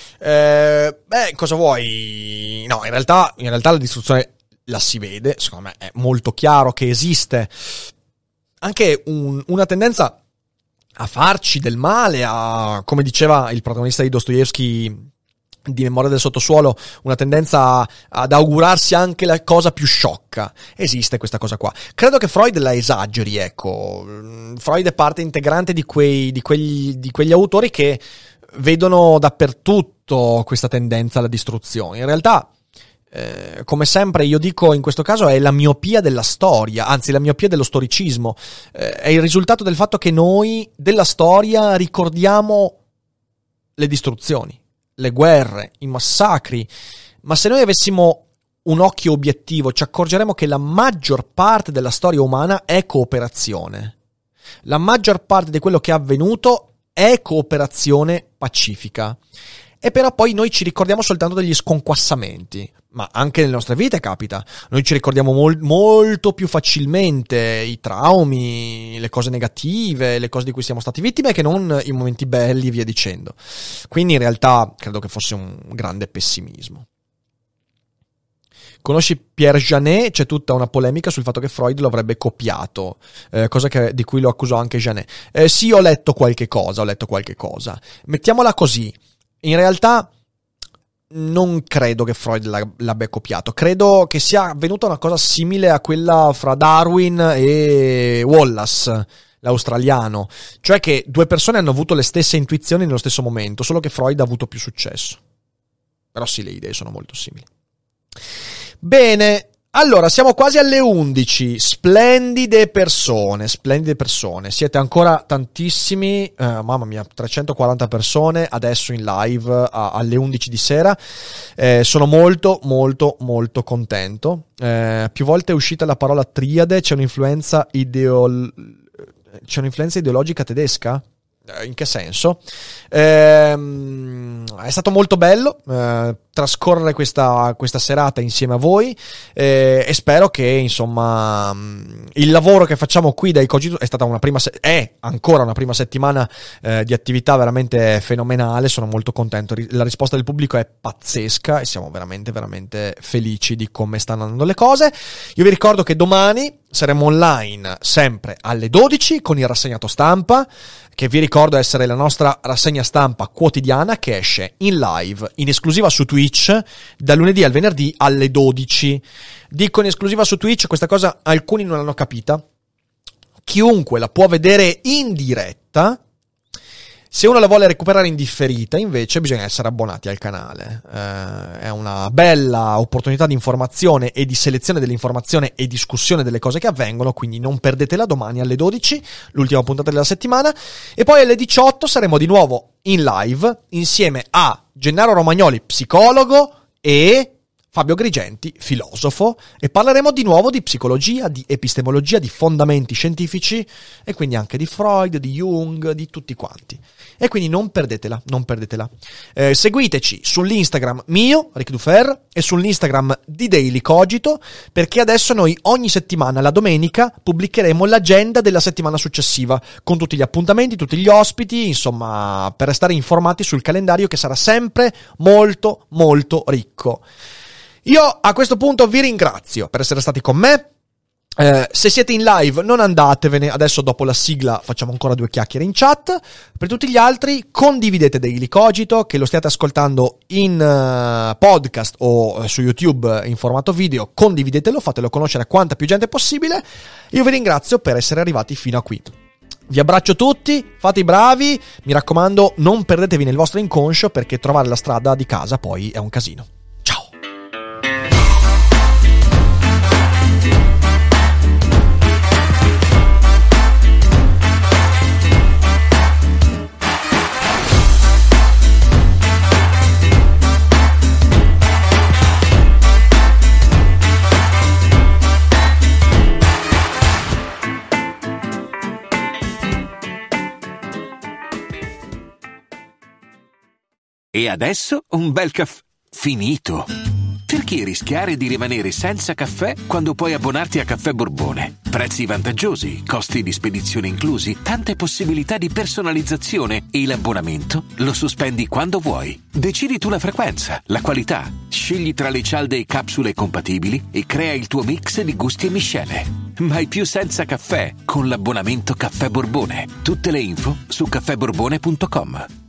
Cosa vuoi? No, in realtà la distruzione la si vede, secondo me è molto chiaro che esiste anche una tendenza a farci del male, come diceva il protagonista di Dostoevsky di Memoria del sottosuolo, una tendenza ad augurarsi anche la cosa più sciocca. Esiste questa cosa qua. Credo che Freud la esageri, ecco. Freud è parte integrante di quegli autori che vedono dappertutto questa tendenza alla distruzione. In realtà, come sempre io dico, in questo caso è la miopia della storia, anzi la miopia dello storicismo. È il risultato del fatto che noi della storia ricordiamo le distruzioni, le guerre, i massacri, ma se noi avessimo un occhio obiettivo ci accorgeremo che la maggior parte della storia umana è cooperazione. La maggior parte di quello che è avvenuto è cooperazione pacifica. E però poi noi ci ricordiamo soltanto degli sconquassamenti, ma anche nelle nostre vite capita. Noi ci ricordiamo molto più facilmente i traumi, le cose negative, le cose di cui siamo stati vittime che non i momenti belli e via dicendo. Quindi in realtà credo che fosse un grande pessimismo. Conosci Pierre Janet? C'è tutta una polemica sul fatto che Freud lo avrebbe copiato, cosa di cui lo accusò anche Janet. Sì, ho letto qualche cosa. Mettiamola così. In realtà non credo che Freud l'abbia copiato, credo che sia avvenuta una cosa simile a quella fra Darwin e Wallace, l'australiano, cioè che due persone hanno avuto le stesse intuizioni nello stesso momento, solo che Freud ha avuto più successo. Però sì, le idee sono molto simili. Bene, allora siamo quasi alle 11, splendide persone, siete ancora tantissimi, mamma mia, 340 persone adesso in live alle 11 di sera, sono molto contento, più volte è uscita la parola triade, c'è un'influenza ideologica tedesca? In che senso? È stato molto bello trascorrere questa serata insieme a voi e spero che insomma il lavoro che facciamo qui dai Cogito è ancora una prima settimana di attività veramente fenomenale. Sono molto contento, la risposta del pubblico è pazzesca e siamo veramente felici di come stanno andando le cose. Io vi ricordo che domani saremo online sempre alle 12 con il rassegnato stampa, che vi ricordo essere la nostra rassegna stampa quotidiana che esce in live, in esclusiva su Twitch, dal lunedì al venerdì alle 12. Dico in esclusiva su Twitch, questa cosa alcuni non l'hanno capita. Chiunque la può vedere in diretta. Se uno la vuole recuperare in differita, invece, bisogna essere abbonati al canale. È una bella opportunità di informazione e di selezione dell'informazione e discussione delle cose che avvengono, quindi non perdetela domani alle 12, l'ultima puntata della settimana. E poi alle 18 saremo di nuovo in live insieme a Gennaro Romagnoli, psicologo, e Fabio Grigenti, filosofo, e parleremo di nuovo di psicologia, di epistemologia, di fondamenti scientifici e quindi anche di Freud, di Jung, di tutti quanti. E quindi non perdetela. Seguiteci sull'Instagram mio, Ric Dufer, e sull'Instagram di Daily Cogito, perché adesso noi ogni settimana, la domenica, pubblicheremo l'agenda della settimana successiva, con tutti gli appuntamenti, tutti gli ospiti, insomma, per restare informati sul calendario che sarà sempre molto ricco. Io a questo punto vi ringrazio per essere stati con me. Se siete in live non andatevene, adesso dopo la sigla facciamo ancora 2 chiacchiere in chat. Per tutti gli altri condividete Daily Cogito, che lo stiate ascoltando in podcast o su YouTube in formato video, condividetelo, fatelo conoscere a quanta più gente possibile. Io vi ringrazio per essere arrivati fino a qui. Vi abbraccio tutti, fate i bravi, mi raccomando non perdetevi nel vostro inconscio, perché trovare la strada di casa poi è un casino. E adesso un bel caffè finito. Per chi Perché rischiare di rimanere senza caffè quando puoi abbonarti a Caffè Borbone? Prezzi vantaggiosi, costi di spedizione inclusi, tante possibilità di personalizzazione e l'abbonamento lo sospendi quando vuoi. Decidi tu la frequenza, la qualità, scegli tra le cialde e capsule compatibili e crea il tuo mix di gusti e miscele. Mai più senza caffè con l'abbonamento Caffè Borbone. Tutte le info su caffèborbone.com.